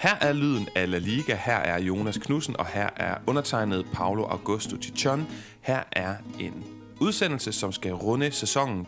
Her er lyden af La Liga, her er Jonas Knudsen, og her er undertegnet Paulo Augusto Tichon. Her er en udsendelse, som skal runde sæsonen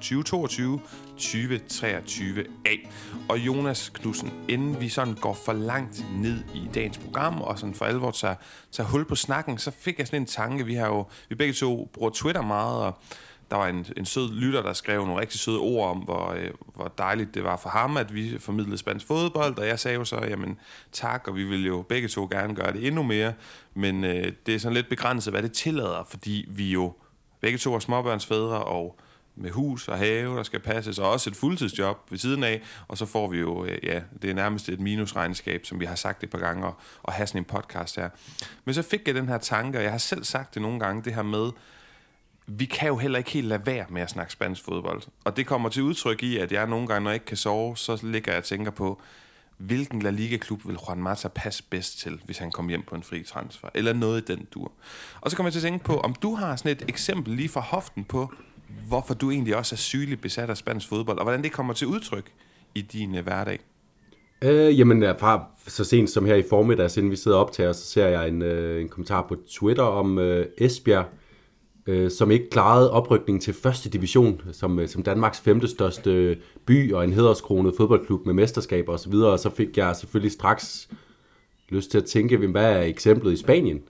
2022-2023 af. Og Jonas Knudsen, inden vi sådan går for langt ned i dagens program, og sådan for alvor tager hul på snakken, så fik jeg sådan en tanke. Vi begge to bruger Twitter meget, og der var en sød lytter, der skrev nogle rigtig søde ord om, hvor dejligt det var for ham, at vi formidlede spansk fodbold, og jeg sagde jo så, jamen tak, og vi vil jo begge to gerne gøre det endnu mere, men det er sådan lidt begrænset, hvad det tillader, fordi vi jo begge to er småbørnsfædre, og med hus og have, der skal passes, og også et fuldtidsjob ved siden af, og så får vi jo, det er nærmest et minusregnskab, som vi har sagt et par gange, og have sådan en podcast her. Men så fik jeg den her tanke, og jeg har selv sagt det nogle gange, det her med, vi kan jo heller ikke helt lade være med at snakke spansk fodbold. Og det kommer til udtryk i, at jeg nogle gange, når jeg ikke kan sove, så ligger jeg og tænker på, hvilken La Liga-klub vil Juan Mata passe bedst til, hvis han kommer hjem på en fri transfer? Eller noget i den dur. Og så kommer jeg til at tænke på, om du har sådan et eksempel lige fra hoften på, hvorfor du egentlig også er sygeligt besat af spansk fodbold, og hvordan det kommer til udtryk i din hverdag. Jamen, fra så sent som her i formiddag, inden vi sidder og optager, så ser jeg en kommentar på Twitter om Esbjerg, som ikke klarede oprykningen til første division, som Danmarks femte største by og en hæderskronet fodboldklub med mesterskaber osv. Og så fik jeg selvfølgelig straks lyst til at tænke, hvad er eksemplet i Spanien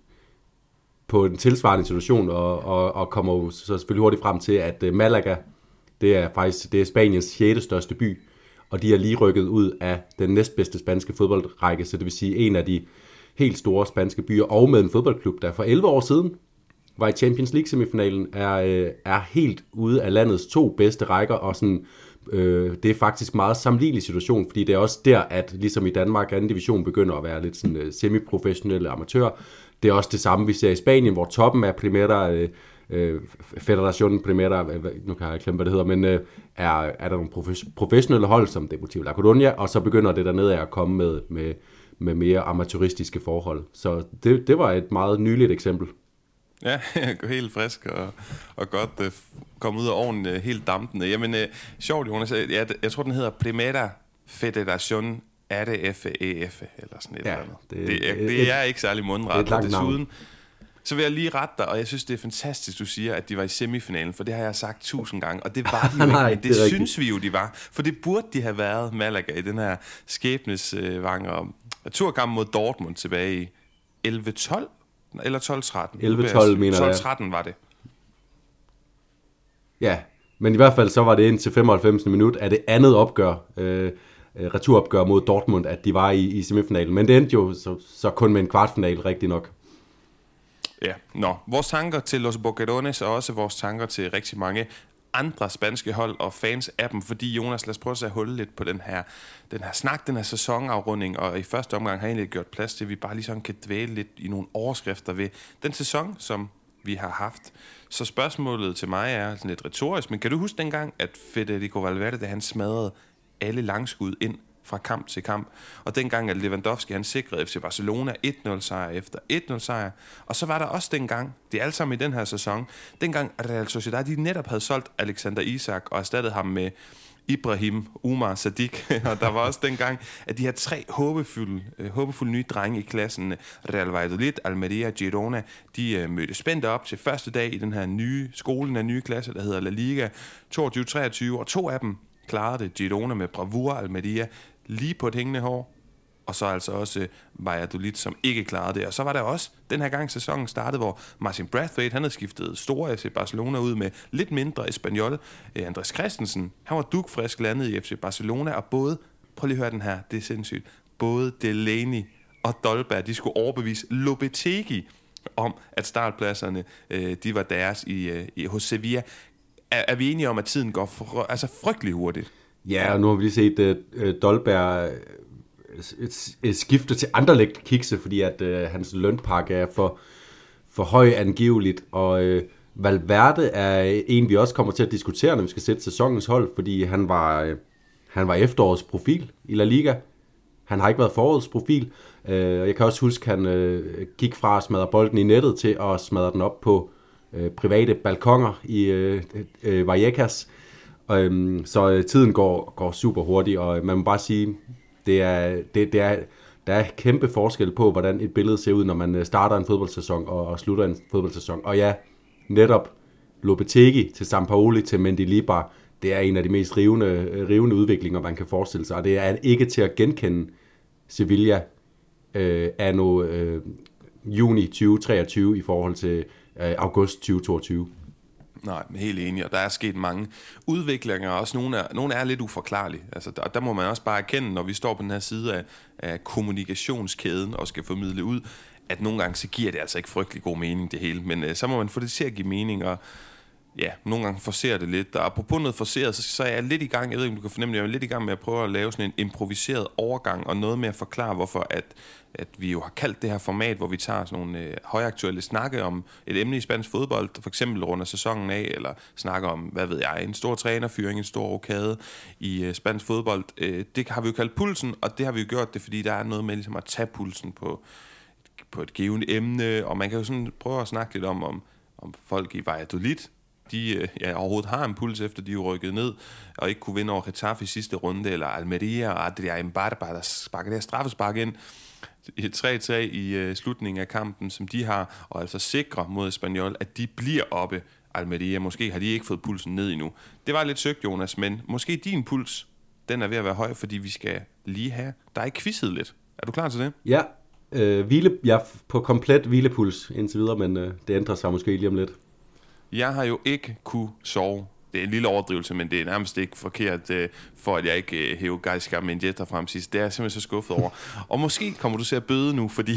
på en tilsvarende situation, og kommer jo så selvfølgelig hurtigt frem til, at Malaga, det er Spaniens 6. største by, og de er lige rykket ud af den næstbedste spanske fodboldrække, så det vil sige en af de helt store spanske byer, og med en fodboldklub, der for 11 år siden var i Champions League-semifinalen, er helt ude af landets 2 bedste rækker, og sådan, det er faktisk meget sammenlignelig situation, fordi det er også der, at ligesom i Danmark, 2. division begynder at være lidt sådan semi-professionelle amatører. Det er også det samme, vi ser i Spanien, hvor toppen er Primera, Federación Primera, nu kan jeg glemme, hvad det hedder, men er der nogle professionelle hold, som Deportivo La Coruña, og så begynder det dernede at komme med mere amatøristiske forhold. Så det var et meget nyligt eksempel. Ja, jeg går helt frisk og godt komme ud af ovnen helt dampende. Jamen, sjovt, Jonas. Jeg tror, den hedder Primera Federación RFEF, eller sådan et eller andet. Det er ikke særlig mundret. Og desuden, så vil jeg lige rette dig, og jeg synes, det er fantastisk, du siger, at de var i semifinalen, for det har jeg sagt 1000 gange, og det var de jo Nej, ikke, det synes vi jo, de var. For det burde de have været, Malaga, i den her skæbnesvangre turkamp mod Dortmund tilbage i 11-12. Eller 12-13. 11-12 mener jeg. 12-13 var det. Ja, men i hvert fald så var det indtil 95. minut af det andet opgør, returopgør mod Dortmund, at de var i semifinalen. Men det endte jo så kun med en kvartfinal, rigtig nok. Ja, vores tanker til Los Boquerones, og også vores tanker til rigtig mange andre spanske hold og fans af dem, fordi Jonas, lad os prøve at holde lidt på den her snak, den her sæsonafrunding, og i første omgang har jeg egentlig gjort plads til, at vi bare lige sådan kan dvæle lidt i nogle overskrifter ved den sæson, som vi har haft. Så spørgsmålet til mig er sådan lidt retorisk, men kan du huske dengang, at Federico Valverde, da han smadrede alle langskud ind fra kamp til kamp, og dengang, at Lewandowski, han sikrede FC Barcelona 1-0 sejr efter 1-0 sejr, og så var der også dengang, det er alle sammen i den her sæson, dengang Real Sociedad, de netop havde solgt Alexander Isak og erstattet ham med Ibrahim Umar Sadiq, og der var også dengang, at de her 3 håbefulde nye drenge i klassen, Real Valladolid, Almeria, Girona, de mødte spændt op til første dag i den her nye nye klasse, der hedder La Liga 22-23, og 2 af dem klarede det, Girona med bravur, Almeria lige på et hængende hår, og så altså også Valladolid, som ikke klarede det. Og så var der også den her gang sæsonen startede, hvor Martin Braithwaite, han havde skiftet store FC Barcelona ud med lidt mindre Espanyol. Andres Christensen, han var dugfrisk landet i FC Barcelona, og prøv lige at høre den her, det er sindssygt, både Delaney og Dolberg, de skulle overbevise Lopetegui om, at startpladserne, de var deres hos Sevilla. Er vi enige om, at tiden går frygtelig hurtigt? Ja, og nu har vi lige set Dolberg skifte til Anderlecht kikse, fordi at hans lønpakke er for høj angiveligt, og Valverde er en, vi også kommer til at diskutere, når vi skal sætte sæsonens hold, fordi han var efterårets profil i La Liga. Han har ikke været forårets profil. Jeg kan også huske, at han gik fra at smadre bolden i nettet til at smadre den op på private balkoner i Vallecas. Så tiden går super hurtigt, og man må bare sige, der der er kæmpe forskel på, hvordan et billede ser ud, når man starter en fodboldsæson og slutter en fodboldsæson. Og ja, netop Lopetegui til Sampaoli til Mendilibar, det er en af de mest rivende udviklinger, man kan forestille sig. Og det er ikke til at genkende Sevilla anno juni 2023 i forhold til august 2022. Nej, helt enig, og der er sket mange udviklinger, og også nogle er lidt uforklarlige. Altså, der må man også bare erkende, når vi står på den her side af kommunikationskæden og skal formidle ud, at nogle gange så giver det altså ikke frygtelig god mening det hele, men så må man få det til at give mening, og ja, nogle gange forcerer det lidt. Og apropos noget forceret, så er jeg lidt i gang, jeg ved ikke, om du kan fornemme det, jeg er lidt i gang med at prøve at lave sådan en improviseret overgang, og noget med at forklare, hvorfor at vi jo har kaldt det her format, hvor vi tager sådan nogle højaktuelle snakke om et emne i spansk fodbold, for eksempel runder sæsonen af, eller snakker om, hvad ved jeg, en stor trænerfyring, en stor rokade i spansk fodbold. Det har vi jo kaldt pulsen, og det har vi jo gjort det, fordi der er noget med ligesom at tage pulsen på et givende emne, og man kan jo sådan prøve at snakke lidt om folk i Valladolid, de overhovedet har en puls, efter de er rykket ned, og ikke kunne vinde over Getafe i sidste runde, eller Almeria og Adrián Barba, der sparker det her straffespark ind i 3-3 i slutningen af kampen, som de har, og altså sikre mod Espanyol, at de bliver oppe. Almeria, måske har de ikke fået pulsen ned endnu. Det var lidt søgt, Jonas, men måske din puls, den er ved at være høj, fordi vi skal lige have dig quizzet lidt. Er du klar til det? Ja, jeg er på komplet hvilepuls indtil videre, men det ændrer sig måske lige om lidt. Jeg har jo ikke kunne sove. Det er en lille overdrivelse, men det er nærmest ikke forkert, for at jeg ikke hæver Gaisca Mendieta frem sidst. Det er jeg simpelthen så skuffet over. Og måske kommer du til at bøde nu, fordi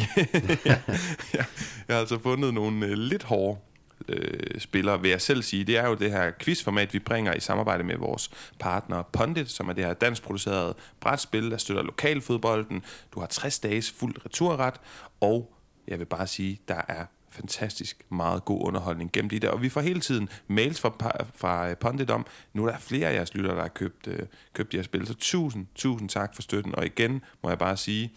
jeg har altså fundet nogle lidt hårde spillere, vil jeg selv sige. Det er jo det her quizformat, vi bringer i samarbejde med vores partner Pundit, som er det her danskproducerede brætspil, der støtter lokalfodbolden. Du har 60 dages fuld returret, og jeg vil bare sige, der er fantastisk meget god underholdning gemt i det, og vi får hele tiden mails fra Pundit om, nu er der flere af jeres lyttere, der har købt de her spil, så tusind tak for støtten, og igen må jeg bare sige,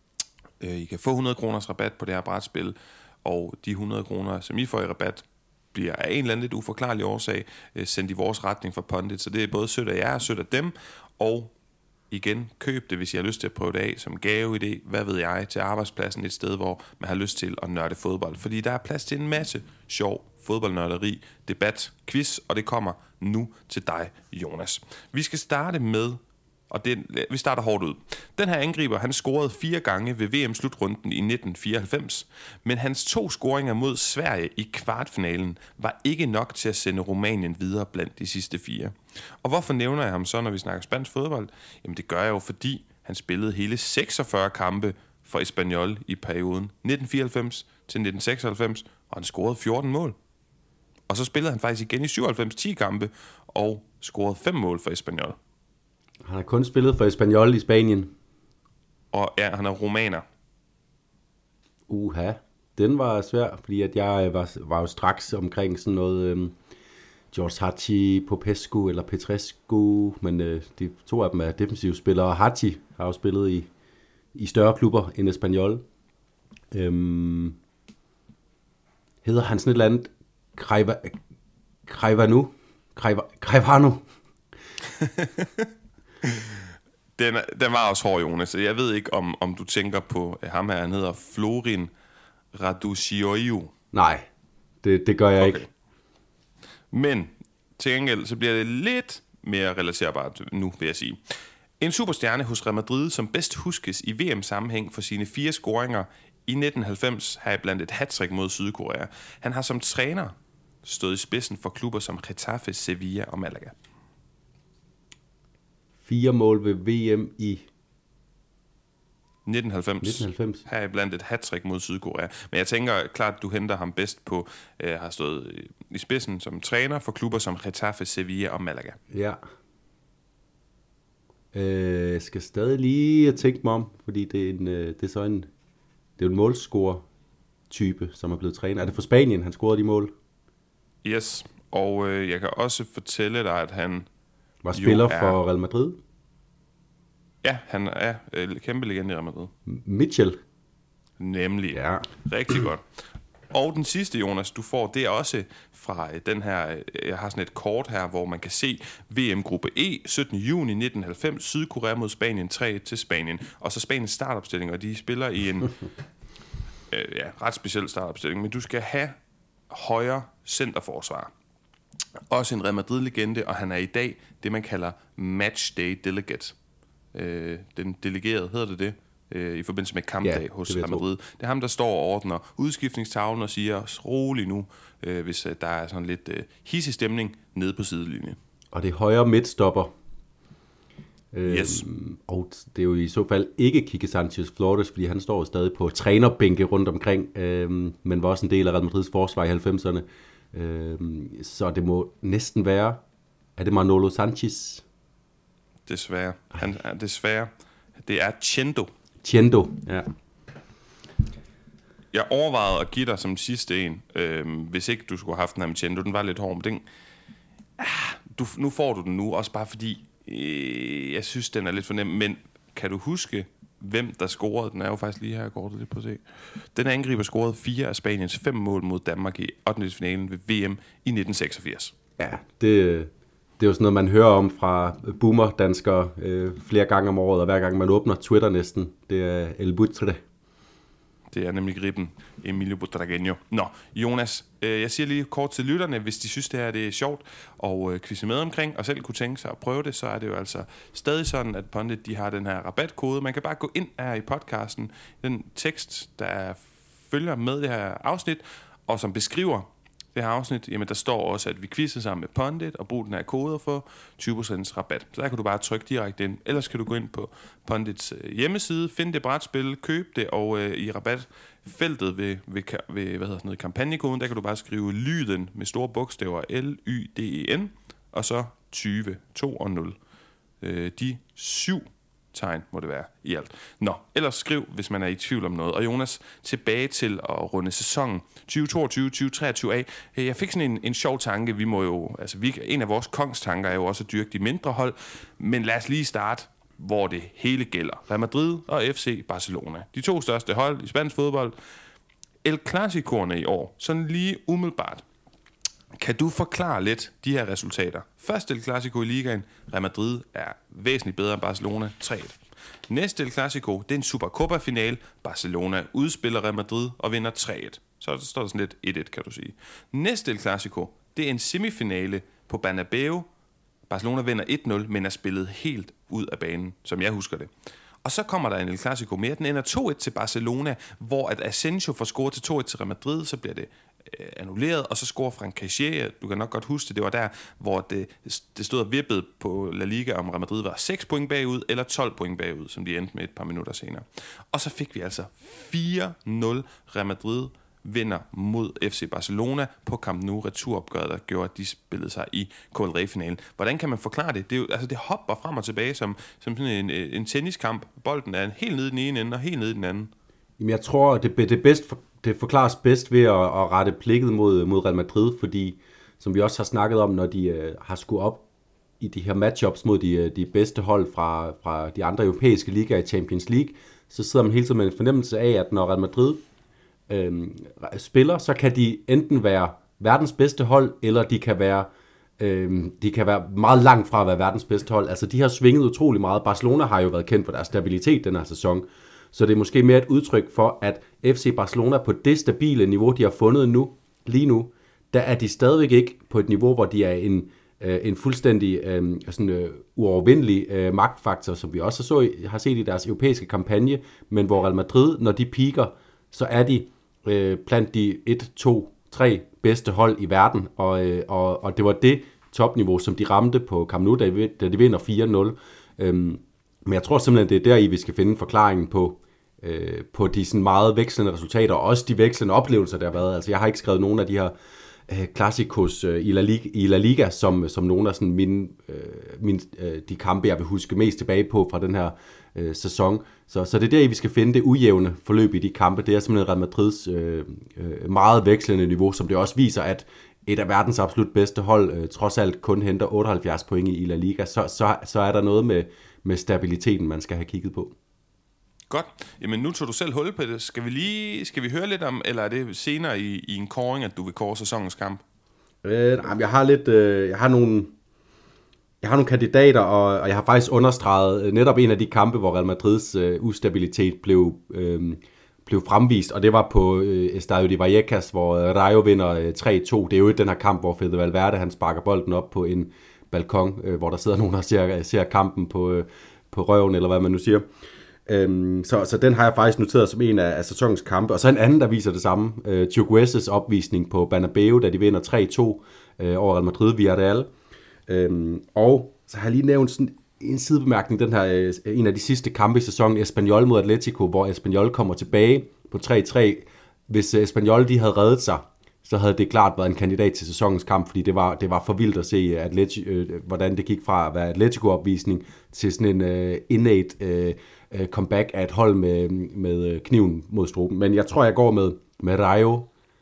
I kan få 100 kroners rabat på det her brætspil, og de 100 kroner, som I får i rabat, bliver af en eller anden lidt uforklarlig årsag sendt i vores retning fra Pundit, så det er både sødt af jer og sødt af dem, og igen, køb det, hvis I har lyst til at prøve det af som gaveidé, hvad ved jeg, til arbejdspladsen et sted, hvor man har lyst til at nørde fodbold. Fordi der er plads til en masse sjov fodboldnørderi, debat, quiz, og det kommer nu til dig, Jonas. Vi skal starte med, og vi starter hårdt ud. Den her angriber, han scorede 4 gange ved VM-slutrunden i 1994, men hans 2 scoringer mod Sverige i kvartfinalen var ikke nok til at sende Rumænien videre blandt de sidste 4. Og hvorfor nævner jeg ham så, når vi snakker spansk fodbold? Jamen det gør jeg jo, fordi han spillede hele 46 kampe for Espanyol i perioden 1994 til 1996, og han scorede 14 mål. Og så spillede han faktisk igen i 97 10 kampe og scorede 5 mål for Espanyol. Han har kun spillet for Espanyol i Spanien. Og ja, han er rumæner. Den var svær, fordi at jeg var jo straks omkring sådan noget George Hagi, Popescu eller Petrescu, men de 2 af dem er defensive spillere. Hagi har jo spillet i større klubber end Espanyol. Hedder han sådan et eller andet Crevano? Den var også hård, Jonas. Jeg ved ikke, om du tænker på ham her. Han hedder Florin Raducioiu. Nej, det gør jeg ikke. Men til gengæld, så bliver det lidt mere relaterbart nu, vil jeg sige. En superstjerne hos Real Madrid, som bedst huskes i VM-sammenhæng for sine 4 scoringer i 1990, har blandt et hattrick mod Sydkorea. Han har som træner stået i spidsen for klubber som Getafe, Sevilla og Malaga. 4 mål ved VM i 1990. Her er blandt et hattrick mod Sydkorea. Men jeg tænker klart, at du henter ham bedst på, har stået i spidsen som træner for klubber som Getafe, Sevilla og Malaga. Ja. Jeg skal stadig lige tænke mig om, fordi det er jo en målscorer-type, som er blevet træner. Er det for Spanien, han scorede de mål? Yes, og jeg kan også fortælle dig, at han var spiller for Real Madrid. Ja, han er kæmpe legende i Real Madrid. Mitchell. Nemlig. Ja. Rigtig godt. Og den sidste, Jonas, du får, det er også fra den her, jeg har sådan et kort her, hvor man kan se VM-gruppe E, 17. juni 1990, Sydkorea mod Spanien, 3 til Spanien. Og så Spaniens startopstilling, og de spiller i en ret speciel startopstilling, men du skal have højre centerforsvar. Også en Real Madrid-legende, og han er i dag det, man kalder matchday delegate. Den delegerede, hedder det? I forbindelse med kampdag hos Real Madrid. Det er ham, der står og ordner udskiftningstavlen og siger, rolig nu, hvis der er sådan lidt hissig stemning nede på sidelinjen. Og det er højre midtstopper. Yes. Og det er jo i så fald ikke Quique Sánchez Flores, fordi han står stadig på trænerbænke rundt omkring, men var også en del af Real Madrids forsvar i 90'erne. Så det må næsten være, er det Manolo Sanchez? Desværre. Desværre. Det er Chendo, ja. Jeg overvejede at give dig som sidste en, hvis ikke du skulle have haft den her med Chendo. Den var lidt hård, men den... nu får du den nu, også bare fordi, jeg synes, den er lidt for nem. Men kan du huske, hvem der scorede? Den er jo faktisk lige her, kortet lidt på at se. Den angriber scorede 4 af Spaniens 5 mål mod Danmark i 8. finalen ved VM i 1986. Ja, det er jo sådan noget, man hører om fra boomer-danskere flere gange om året, og hver gang man åbner Twitter næsten. Det er El Buitre. Det er nemlig gribben Emilio Butragueño. Nå, Jonas, jeg siger lige kort til lytterne, hvis de synes, det her det er sjovt og quizze med omkring, og selv kunne tænke sig at prøve det, så er det jo altså stadig sådan, at Pundit, de har den her rabatkode. Man kan bare gå ind her i podcasten, den tekst, der følger med det her afsnit, og som beskriver det her afsnit, jamen der står også, at vi quizzer sammen med Pundit og bruger den her kode og få 20% rabat. Så der kan du bare trykke direkte ind. Ellers kan du gå ind på Pundits hjemmeside, finde det brætspil, købe det, og i rabatfeltet ved kampagnekoden, der kan du bare skrive lyden med store bogstaver LYDEN, og så 20, 2 og 0. De 7 tegn må det være i alt. Nå, ellers skriv, hvis man er i tvivl om noget. Og Jonas, tilbage til at runde sæsonen 2022-2023 af. Jeg fik sådan en sjov tanke. Vi må jo, altså en af vores kongstanker er jo også at dyrke de mindre hold. Men lad os lige starte, hvor det hele gælder. Real Madrid og FC Barcelona. De 2 største hold i spansk fodbold. El Clasicoerne i år. Sådan lige umiddelbart. Kan du forklare lidt de her resultater? Først El Clasico i ligaen. Real Madrid er væsentligt bedre end Barcelona. 3-1. Næste El Clasico, det er en Supercopa-final. Barcelona udspiller Real Madrid og vinder 3-1. Så står der sådan lidt 1-1, kan du sige. Næste El Clasico, det er en semifinale på Bernabeu. Barcelona vinder 1-0, men er spillet helt ud af banen, som jeg husker det. Og så kommer der en El Clasico mere. Den ender 2-1 til Barcelona, hvor at Asensio får scoret til 2-1 til Real Madrid, så bliver det annulleret, og så scorer Frank Caixa. Du kan nok godt huske det var der, hvor det stod og vippede på La Liga, om Real Madrid var 6 point bagud, eller 12 point bagud, som de endte med et par minutter senere. Og så fik vi altså 4-0 Real Madrid vinder mod FC Barcelona på Camp Nou, returopgøret, der gjorde, at de spillede sig i Copa del Rey-finalen. Hvordan kan man forklare det? Det er jo, altså det hopper frem og tilbage som sådan en tenniskamp. Bolden er helt nede i den ene ende og helt nede i den anden. Jamen, jeg tror, det forklares bedst ved at rette blikket mod Real Madrid, fordi, som vi også har snakket om, når de har skudt op i de her matchups mod de bedste hold fra de andre europæiske ligaer i Champions League, så sidder man hele tiden med en fornemmelse af, at når Real Madrid spiller, så kan de enten være verdens bedste hold, eller de kan være meget langt fra at være verdens bedste hold. Altså, de har svinget utrolig meget. Barcelona har jo været kendt for deres stabilitet den her sæson, så det er måske mere et udtryk for, at FC Barcelona på det stabile niveau, de har fundet lige nu, der er de stadigvæk ikke på et niveau, hvor de er en fuldstændig uovervindelig magtfaktor, som vi også har set i deres europæiske kampagne, men hvor Real Madrid, når de peaker, så er de blandt de 1, 2, 3 bedste hold i verden, og det var det topniveau, som de ramte på Camp Nou, da de vinder 4-0. Men jeg tror simpelthen, det er deri, vi skal finde forklaringen på de sådan meget vekslende resultater, og også de vekslende oplevelser, der har været. Altså, jeg har ikke skrevet nogen af de her Clásicos i La Liga, som nogle af sådan de kampe, jeg vil huske mest tilbage på fra den her sæson. Så det er deri, vi skal finde det ujævne forløb i de kampe. Det er simpelthen Real Madrids meget vekslende niveau, som det også viser, at et af verdens absolut bedste hold trods alt kun henter 78 point i La Liga. Så er der noget med stabiliteten, man skal have kigget på. Godt. Jamen nu tog du selv hul på det. Skal vi høre lidt om, eller er det senere i en kåring, at du vil kåre sæsonens kamp? Jeg har nogle kandidater, og jeg har faktisk understreget netop en af de kampe, hvor Real Madrids ustabilitet blev fremvist, og det var på Estadio de Vallecas, hvor Rayo vinder 3-2. Det er jo den her kamp, hvor Fede Valverde han sparker bolden op på en balkon, hvor der sidder nogen og ser kampen på røven, eller hvad man nu siger. Så den har jeg faktisk noteret som en af sæsonens kampe. Og så en anden, der viser det samme. Chukwuez's opvisning på Bernabeu, da de vinder 3-2 over Real Madrid via Real. Og så har jeg lige nævnt sådan en sidebemærkning, den her en af de sidste kampe i sæsonen, Espanyol mod Atletico, hvor Espanyol kommer tilbage på 3-3. Hvis Espanyol de havde reddet sig, så havde det klart været en kandidat til sæsonens kamp, fordi det var for vildt at se, hvordan det gik fra at være Atletico-opvisning til sådan en innate comeback af et hold med kniven mod struben. Men jeg tror, jeg går med Rayo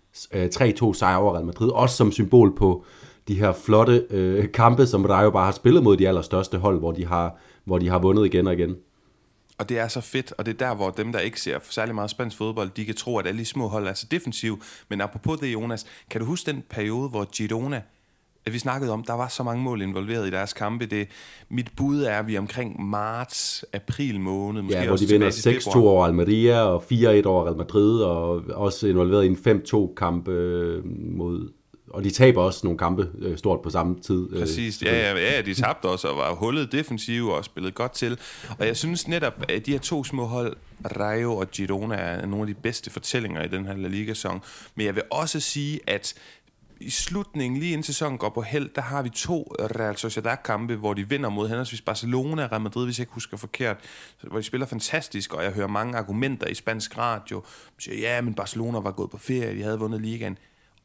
3-2 sejr over Real Madrid, også som symbol på de her flotte kampe, som Rayo bare har spillet mod de allerstørste hold, hvor de har vundet igen og igen. Og det er så fedt, og det er der, hvor dem, der ikke ser særlig meget spansk fodbold, de kan tro, at alle de små hold er så defensive. Men apropos det, Jonas, kan du huske den periode, hvor Girona, at vi snakkede om, der var så mange mål involveret i deres kampe? Mit bud er, at vi omkring marts-april måned, måske ja, hvor også de vinder 6-2 over Almeria og 4-1 over Real Madrid, og også involveret i en 5-2-kamp mod... Og de taber også nogle kampe stort på samme tid. Præcis, ja, de tabte også og var hullet defensive og spillede godt til. Og jeg synes netop, at de her to små hold, Rayo og Girona, er nogle af de bedste fortællinger i den her La Liga-sæson. Men jeg vil også sige, at i slutningen, lige inden sæsonen går på held, der har vi 2 Real Sociedad-kampe, hvor de vinder mod henholdsvis Barcelona og Real Madrid, hvis jeg ikke husker forkert, hvor de spiller fantastisk, og jeg hører mange argumenter i spansk radio, siger, ja, men Barcelona var gået på ferie, de havde vundet ligaen.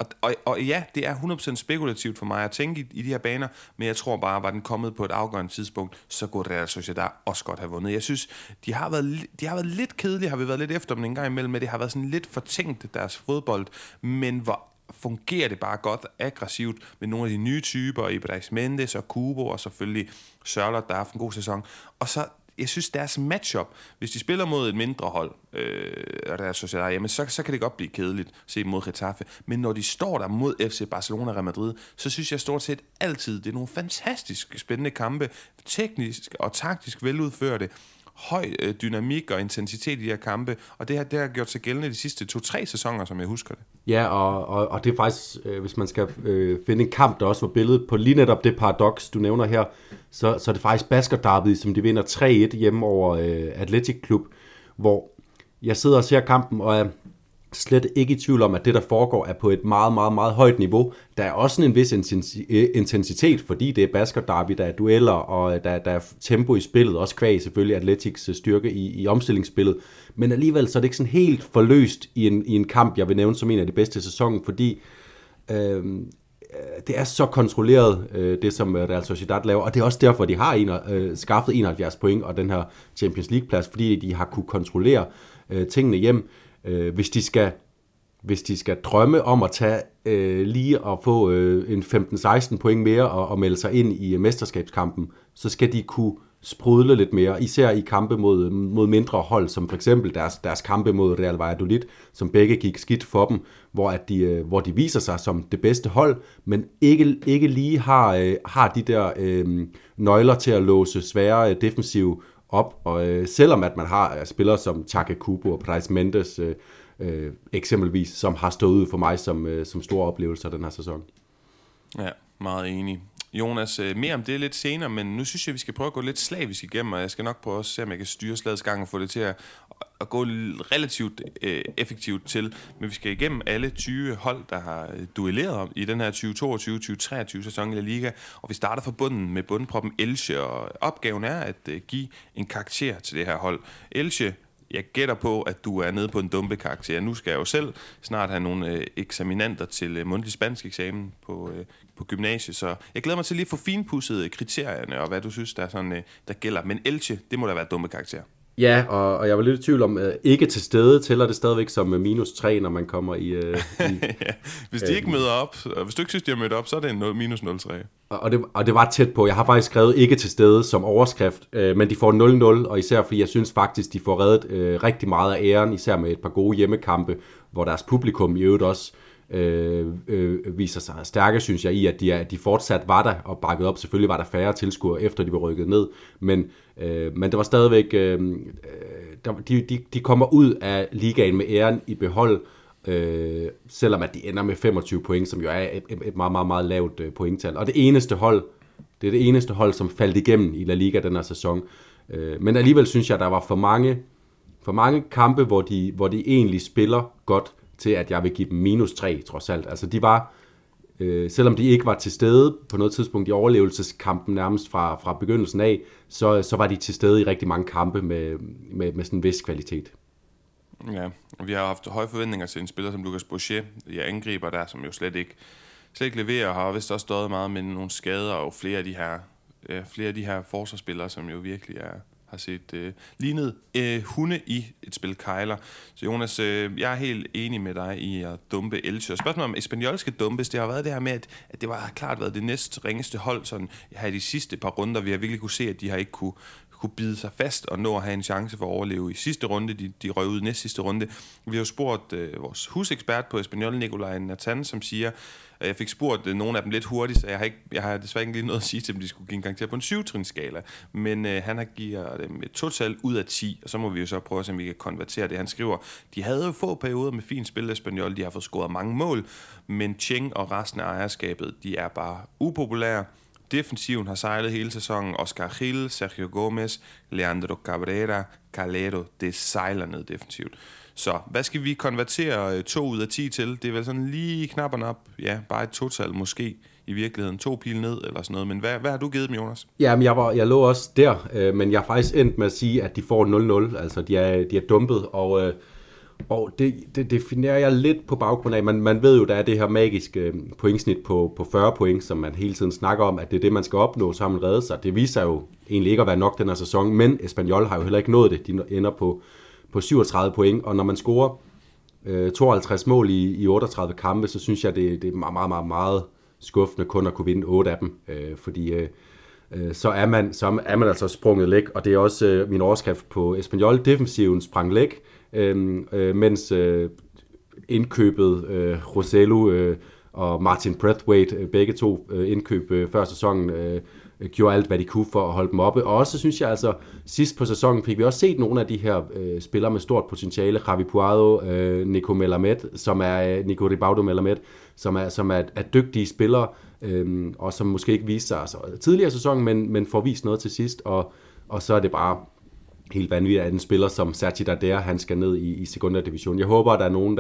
Og ja, det er 100% spekulativt for mig at tænke i de her baner, men jeg tror bare, var den kommet på et afgørende tidspunkt, så kunne Real Sociedad også godt have vundet. Jeg synes, de har været lidt kedelige, har vi været lidt efter dem en gang imellem, men det har været sådan lidt fortænkt deres fodbold, men hvor fungerer det bare godt aggressivt med nogle af de nye typer, Ibrahim Mendes og Kubo, og selvfølgelig Sørloth, der har haft en god sæson. Og så jeg synes, deres matchup, hvis de spiller mod et mindre hold, Real Sociedad, jamen så kan det godt blive kedeligt set mod Getafe. Men når de står der mod FC Barcelona og Real Madrid, så synes jeg stort set altid, det er nogle fantastisk spændende kampe, teknisk og taktisk veludførte, høj dynamik og intensitet i de her kampe, og det har gjort sig gældende de sidste 2-3 sæsoner, som jeg husker det. Ja, og det er faktisk, hvis man skal finde en kamp, der også var billedet på lige netop det paradoks, du nævner her, så er det faktisk Basket-derby, som de vinder 3-1 hjemme over Athletic Club, hvor jeg sidder og ser kampen, og er slet ikke i tvivl om, at det, der foregår, er på et meget, meget, meget højt niveau. Der er også en vis intensitet, fordi det er basket-derby, der er dueller, og der er tempo i spillet, også kvæg selvfølgelig Athletics styrke i omstillingsspillet. Men alligevel så er det ikke sådan helt forløst i en kamp, jeg vil nævne som en af de bedste sæsoner, fordi det er så kontrolleret, det som Real Sociedad laver, og det er også derfor, de har skaffet 71 point og den her Champions League-plads, fordi de har kunne kontrollere tingene hjem. Hvis de skal drømme om at tage lige og få en 15-16 point mere og melde sig ind i mesterskabskampen, så skal de kunne sprudle lidt mere, især i kampe mod mindre hold, som for eksempel deres kampe mod Real Valladolid, som begge gik skidt for dem, hvor de viser sig som det bedste hold, men ikke lige har de der nøgler til at låse svære defensive op, og selvom at man har spillere som Taka Kubo og Brais Mendes eksempelvis, som har stået ud for mig som store oplevelser den her sæson. Ja, meget enig. Jonas, mere om det lidt senere, men nu synes jeg, vi skal prøve at gå lidt slavisk igennem, og jeg skal nok prøve at se, om jeg kan styre slagets gang og få det til at gå relativt effektivt til. Men vi skal igennem alle 20 hold, der har duelleret i den her 2022-2023 sæson i La Liga, og vi starter fra bunden med bundproppen Elche, og opgaven er at give en karakter til det her hold. Elche, jeg gætter på, at du er nede på en dumpekarakter. Nu skal jeg jo selv snart have nogle eksaminanter til mundtlig spansk eksamen på gymnasiet, så jeg glæder mig til lige at få finpudset kriterierne, og hvad du synes, der gælder. Men Elche, det må da være dumpekarakter. Ja, og jeg var lidt i tvivl om, ikke til stede tæller det stadigvæk som -3, når man kommer i... Ja, hvis de ikke møder op, og hvis du ikke synes, de har mødt op, så er det en -0,3. Og det var tæt på. Jeg har faktisk skrevet ikke til stede som overskrift, men de får 0-0, og især fordi jeg synes faktisk, de får reddet rigtig meget af æren, især med et par gode hjemmekampe, hvor deres publikum i øvrigt også viser sig stærke, synes jeg, i at de fortsat var der og bakket op. Selvfølgelig var der færre tilskuere, efter de var rykket ned, men det var stadigvæk... de kommer ud af ligaen med æren i behold, selvom at de ender med 25 point, som jo er et meget, meget, meget lavt pointtal. Og det er det eneste hold, som faldt igennem i La Liga den her sæson. Men alligevel synes jeg, der var for mange kampe, hvor de egentlig spiller godt, til at jeg vil give dem -3, trods alt. Altså de var, selvom de ikke var til stede på noget tidspunkt i overlevelseskampen nærmest fra begyndelsen af, så var de til stede i rigtig mange kampe med sådan en vis kvalitet. Ja, vi har haft høje forventninger til en spiller som Lucas Boucher. Jeg angriber der, som jo slet ikke leverer, og har vist også stået meget med nogle skader, og flere af de her forsvarsspillere, som jo virkelig har set lignet hunde i et spil kejler. Så Jonas, jeg er helt enig med dig i at dumpe Elche. Spørgsmålet om Espanyol skal dumpes, det har været det her med, at det har klart været det næst ringeste hold sådan, her i de sidste par runder. Vi har virkelig kunne se, at de har ikke kunne bide sig fast og nå at have en chance for at overleve i sidste runde. De røg ud i næst sidste runde. Vi har jo spurgt vores husekspert på Espanyol, Nikolaj Nathan, som siger, og jeg fik spurgt nogle af dem lidt hurtigt, så jeg har desværre ikke lige noget at sige til dem, de skulle give en karakter på en 7-trinsskala. Men han har givet dem et total ud af 10, og så må vi jo så prøve at se, om vi kan konvertere det. Han skriver, de havde jo få perioder med fint spil Espanyol, de har fået scoret mange mål, men Cheng og resten af ejerskabet, de er bare upopulære. Defensiven har sejlet hele sæsonen. Oscar Gil, Sergio Gomez, Leandro Cabrera, Calero, det sejler ned defensivt. Så hvad skal vi konvertere 2 ud af 10 til? Det er vel sådan lige knapperne op. Ja, bare et total måske i virkeligheden. 2 pil ned eller sådan noget. Men hvad har du givet dem, Jonas? Jamen, jeg lå også der, men jeg er faktisk endt med at sige, at de får 0-0. Altså, de er dumpet, og det definerer jeg lidt på baggrund af, man ved jo, der er det her magiske pointsnit på 40 point, som man hele tiden snakker om, at det er det, man skal opnå, så har man reddet sig. Det viser jo egentlig ikke at være nok den her sæson, men Espanyol har jo heller ikke nået det. De ender på 37 point, og når man scorer 52 mål i 38 kampe, så synes jeg, det er meget, meget, meget, meget skuffende kun at kunne vinde 8 af dem, fordi så er man altså sprunget læk, og det er også min overskrift på Espanyol. Defensiven sprang læk, mens indkøbet Roselu og Martin Braithwaite, begge to indkøb før sæsonen, gjorde alt, hvad de kunne for at holde dem oppe. Og også synes jeg altså, sidst på sæsonen fik vi også set nogle af de her spillere med stort potentiale, Javi Puado, Nico Ribaudo Melamed, som er dygtige spillere, og som måske ikke viste sig altså, tidligere sæson, men får vist noget til sidst, og så er det bare helt vanvittigt, at en spiller som Sergi Darder, han skal ned i sekundær division. Jeg håber, at der er nogen,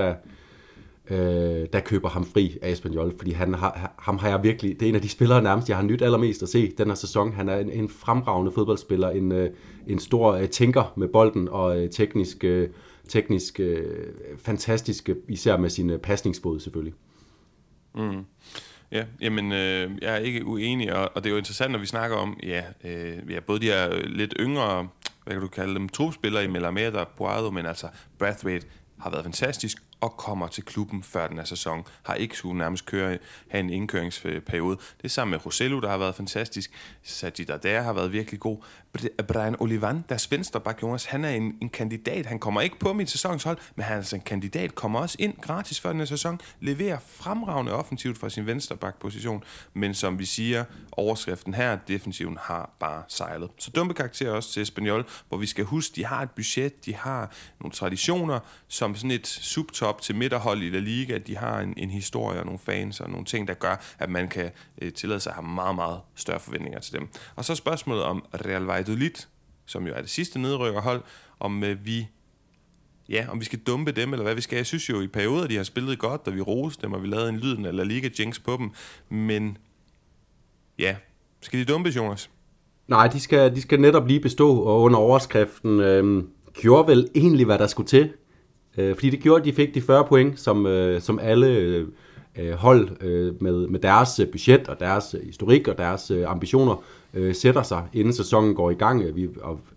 der køber ham fri af Espanyol, fordi ham har jeg virkelig, det er en af de spillere nærmest, jeg har nyt allermest at se den her sæson. Han er en fremragende fodboldspiller, en stor tænker med bolden, og teknisk fantastisk, især med sin pasningsfod selvfølgelig. Mm. Ja, jamen, jeg er ikke uenig, og det er jo interessant, når vi snakker om, både de her lidt yngre, hvad kan du kalde dem, trupspillere i Melamed og Puado, men altså Braithwaite har været fantastisk og kommer til klubben før den her sæson. Har ikke skulle nærmest have en indkøringsperiode. Det er sammen med Roselu, der har været fantastisk. Sergi Darder har været virkelig god. Brian Olivan, deres venstreback, Jonas, han er en kandidat. Han kommer ikke på mit sæsonshold, men han er altså en kandidat, kommer også ind gratis før den her sæson, leverer fremragende offensivt fra sin venstreback-position, men som vi siger, overskriften her, defensiven har bare sejlet. Så dumme karakter også til Espanyol, hvor vi skal huske, de har et budget, de har nogle traditioner, som sådan et subtop til midterhold i La Liga, de har en historie og nogle fans og nogle ting, der gør, at man kan tillade sig at have meget, meget større forventninger til dem. Og så spørgsmålet om Real Valladolid, som jo er det sidste nedrykkerhold, om vi skal dumpe dem, eller hvad vi skal. Jeg synes jo i perioder, de har spillet godt, og vi roste dem, og vi lavede en lyden af La Liga jinx på dem, men ja, skal de dumpes, Jonas? Nej, de skal netop lige bestå, og under overskriften gjorde vel egentlig, hvad der skulle til. Fordi det gjorde, at de fik de 40 point, som alle hold med deres budget og deres historik og deres ambitioner sætter sig, inden sæsonen går i gang.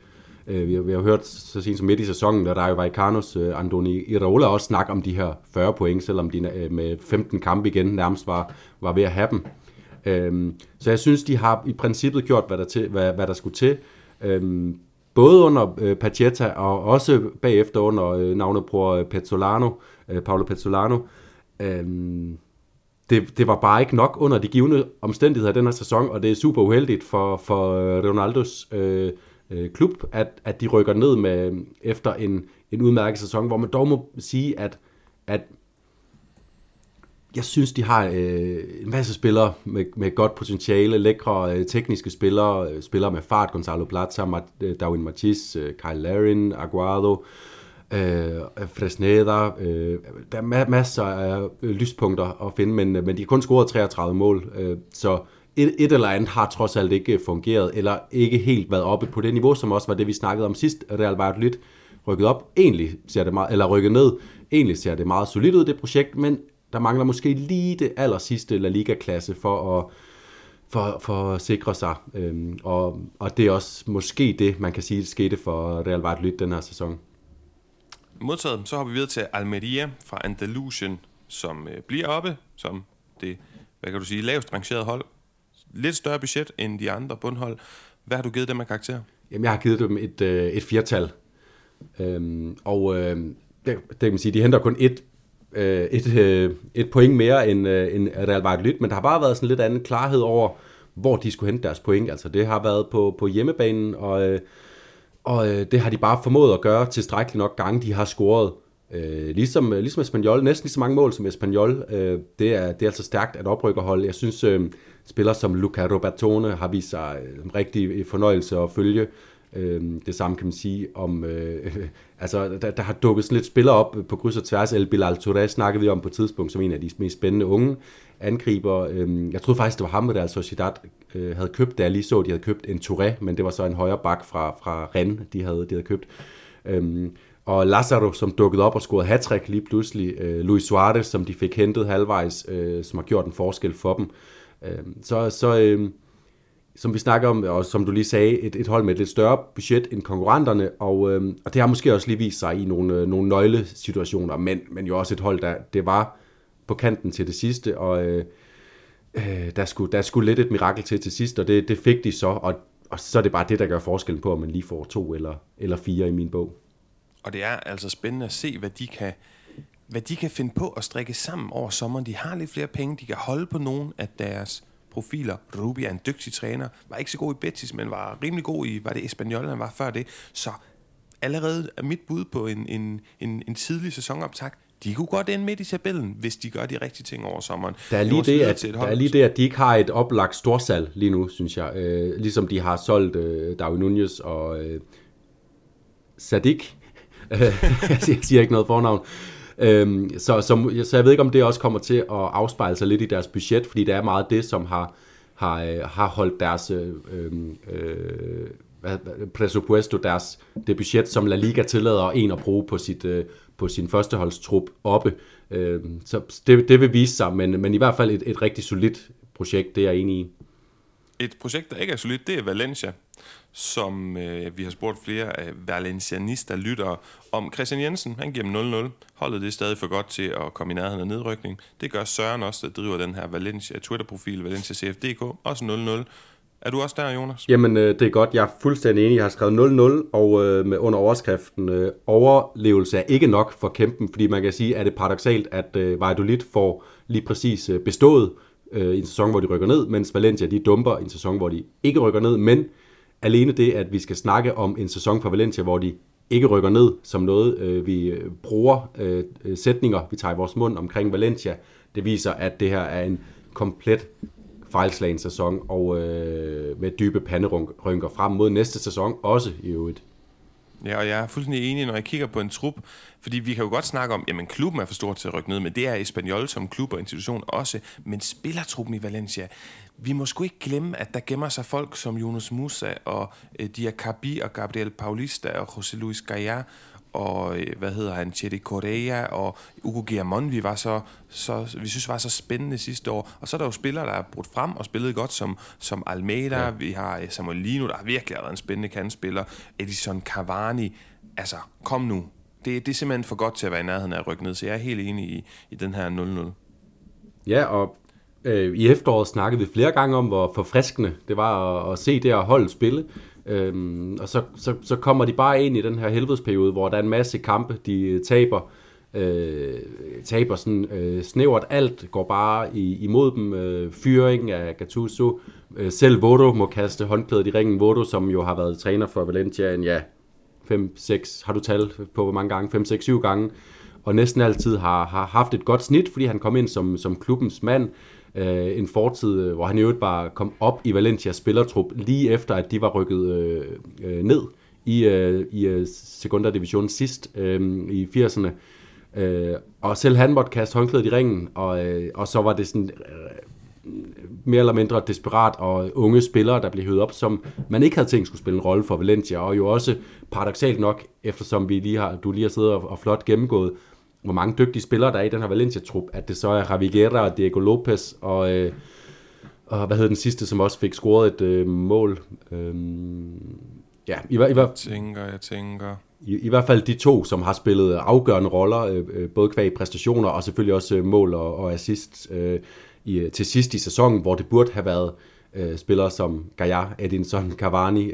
Vi har hørt så sent som midt i sæsonen, da Rayo Vallecano's Andoni Iraola også snakke om de her 40 point, selvom de med 15 kampe igen nærmest var ved at have dem. Så jeg synes, de har i princippet gjort, hvad der skulle til. Både under Pacheta og også bagefter under navnebror Paolo Pezzolano. Det var bare ikke nok under de givne omstændigheder af den her sæson, og det er super uheldigt for Ronaldos klub, at de rykker ned med efter en udmærket sæson, hvor man dog må sige, at jeg synes, de har en masse spillere med godt potentiale, lækre tekniske spillere med fart, Gonzalo Plata, Darwin Machís, Kyle Larin, Aguado, Fresneda. Der er masser af lyspunkter at finde, men de har kun scoret 33 mål, så et eller andet har trods alt ikke fungeret, eller ikke helt været oppe på det niveau, som også var det, vi snakkede om sidst. Real Valladolid rykket op, rykket ned. Egentlig ser det meget solidt ud, det projekt, men der mangler måske lige det aller sidste La Liga-klasse for at sikre sig. Og det er også måske det, man kan sige, skete for Real Valladolid den her sæson. Modtaget, så hopper vi videre til Almeria fra Andalusien, som bliver oppe som det, hvad kan du sige, lavest rangerede hold. Lidt større budget end de andre bundhold. Hvad har du givet dem af karakter? Jamen, jeg har givet dem et 4-tal. Det kan man sige, de henter kun et point mere end Real Valladolid, men der har bare været sådan lidt anden klarhed over, hvor de skulle hente deres point. Altså, det har været på hjemmebanen, og det har de bare formået at gøre tilstrækkeligt nok gange, de har scoret. Ligesom Espanyol, næsten lige så mange mål som Espanyol. Det er altså stærkt at oprykkerholde. Jeg synes, spillere som Luca Robertone har vist sig en rigtig fornøjelse at følge. Det samme kan man sige om... der har dukket sådan lidt spillere op på kryds og tværs. El Bilal Touré snakkede vi om på et tidspunkt som en af de mest spændende unge angriber. Jeg troede faktisk, det var ham, der altså Sociedad havde købt, da jeg lige så, de havde købt en Touré, men det var så en højre bak fra Rennes, de havde købt. Og Lázaro, som dukkede op og scorede hattrick lige pludselig. Luis Suarez, som de fik hentet halvvejs, som har gjort en forskel for dem. Som vi snakker om, og som du lige sagde, et hold med et lidt større budget end konkurrenterne, og det har måske også lige vist sig i nogle nøglesituationer, men jo også et hold, der det var på kanten til det sidste, og der skulle lidt et mirakel til sidst, og det fik de så, og så er det bare det, der gør forskellen på, om man lige får 2 eller 4 i min bog. Og det er altså spændende at se, hvad de kan finde på at strikke sammen over sommeren. De har lidt flere penge, de kan holde på nogle af deres profiler. Rubi er en dygtig træner, var ikke så god i Betis, men var rimelig god i, var det Espanyol, han var før det. Så allerede er mit bud på en tidlig sæsonoptakt. De kunne godt ende midt i tabellen, hvis de gør de rigtige ting over sommeren. Der er lige det, at de ikke har et oplagt storsalg lige nu, synes jeg. Ligesom de har solgt Darwin Núñez og Sadik. Jeg siger ikke noget fornavn. Så jeg ved ikke, om det også kommer til at afspejle sig lidt i deres budget, fordi det er meget det, som har holdt deres presupuesto, det budget, som La Liga tillader en at bruge på sin førsteholdstrup oppe. Så det vil vise sig, men i hvert fald et rigtig solidt projekt, det er jeg enig i. Et projekt, der ikke er solidt, det er Valencia, som vi har spurgt flere af valencianister lyttere om. Christian Jensen, han giver dem 0-0. Holdet det er stadig for godt til at komme i nærheden af nedrykning. Det gør Søren også, der driver den her Valencia Twitter-profil, Valencia CFDK, også 0-0. Er du også der, Jonas? Jamen, det er godt. Jeg er fuldstændig enig. Jeg har skrevet 0-0, og med under overskriften overlevelse er ikke nok for kæmpen, fordi man kan sige, at det er paradoksalt, at Valladolid får lige præcis bestået i en sæson, hvor de rykker ned, mens Valencia de dumper i en sæson, hvor de ikke rykker ned, men alene det, at vi skal snakke om en sæson for Valencia, hvor de ikke rykker ned, som noget, vi bruger sætninger, vi tager i vores mund omkring Valencia, det viser, at det her er en komplet fejlslagen sæson, og med dybe panderynker frem mod næste sæson, også i øvrigt. Ja, og jeg er fuldstændig enig, når jeg kigger på en trup, fordi vi kan jo godt snakke om, jamen klubben er for stor til at rykke ned, men det er Espanyol som klub og institution også, men spillertruppen i Valencia, vi må sgu ikke glemme, at der gemmer sig folk som Yunus Musa og Diakabi og Gabriel Paulista og José Luis Gaya, og hvad hedder han, Chedi Correa og Hugo Guillamon, vi synes var så spændende sidste år. Og så er der jo spillere, der er brudt frem og spillet godt, som Almeida, vi har Samuel Lino, der har virkelig været en spændende kantspiller, Edison Cavani. Altså, kom nu. Det er simpelthen for godt til at være i nærheden af at rykke ned, så jeg er helt enig i den her 0-0. Ja, og i efteråret snakkede vi flere gange om, hvor forfriskende det var at se det her hold spille. Og så kommer de bare ind i den her helvedesperiode, hvor der er en masse kampe, de taber sådan snævert. Alt går bare imod dem. Fyring af Gattuso. Selv Vodo må kaste håndklædet i ringen. Vodo, som jo har været træner for Valencia 5-6, har du tal på hvor mange gange? 5-6-7 gange. Og næsten altid har haft et godt snit, fordi han kom ind som klubbens mand. En fortid, hvor han i øvrigt bare kom op i Valencias spillertrup, lige efter, at de var rykket ned i Segunda Division sidst i 80'erne. Og selv han måtte kaste håndklædet i ringen, og så var det sådan mere eller mindre desperat og unge spillere, der blev høvet op, som man ikke havde tænkt skulle spille en rolle for Valencia, og jo også paradoksalt nok, eftersom du lige har siddet og flot gennemgået, hvor mange dygtige spillere der er i den her Valencia-trup, at det så er Javi Guerra og Diego Lopez og hvad hedder den sidste, som også fik scoret et mål. Jeg tænker. I hvert fald de to, som har spillet afgørende roller, både kvæg præstationer og selvfølgelig også mål og assist til sidst i sæsonen, hvor det burde have været spillere som Gaia, Edinson Cavani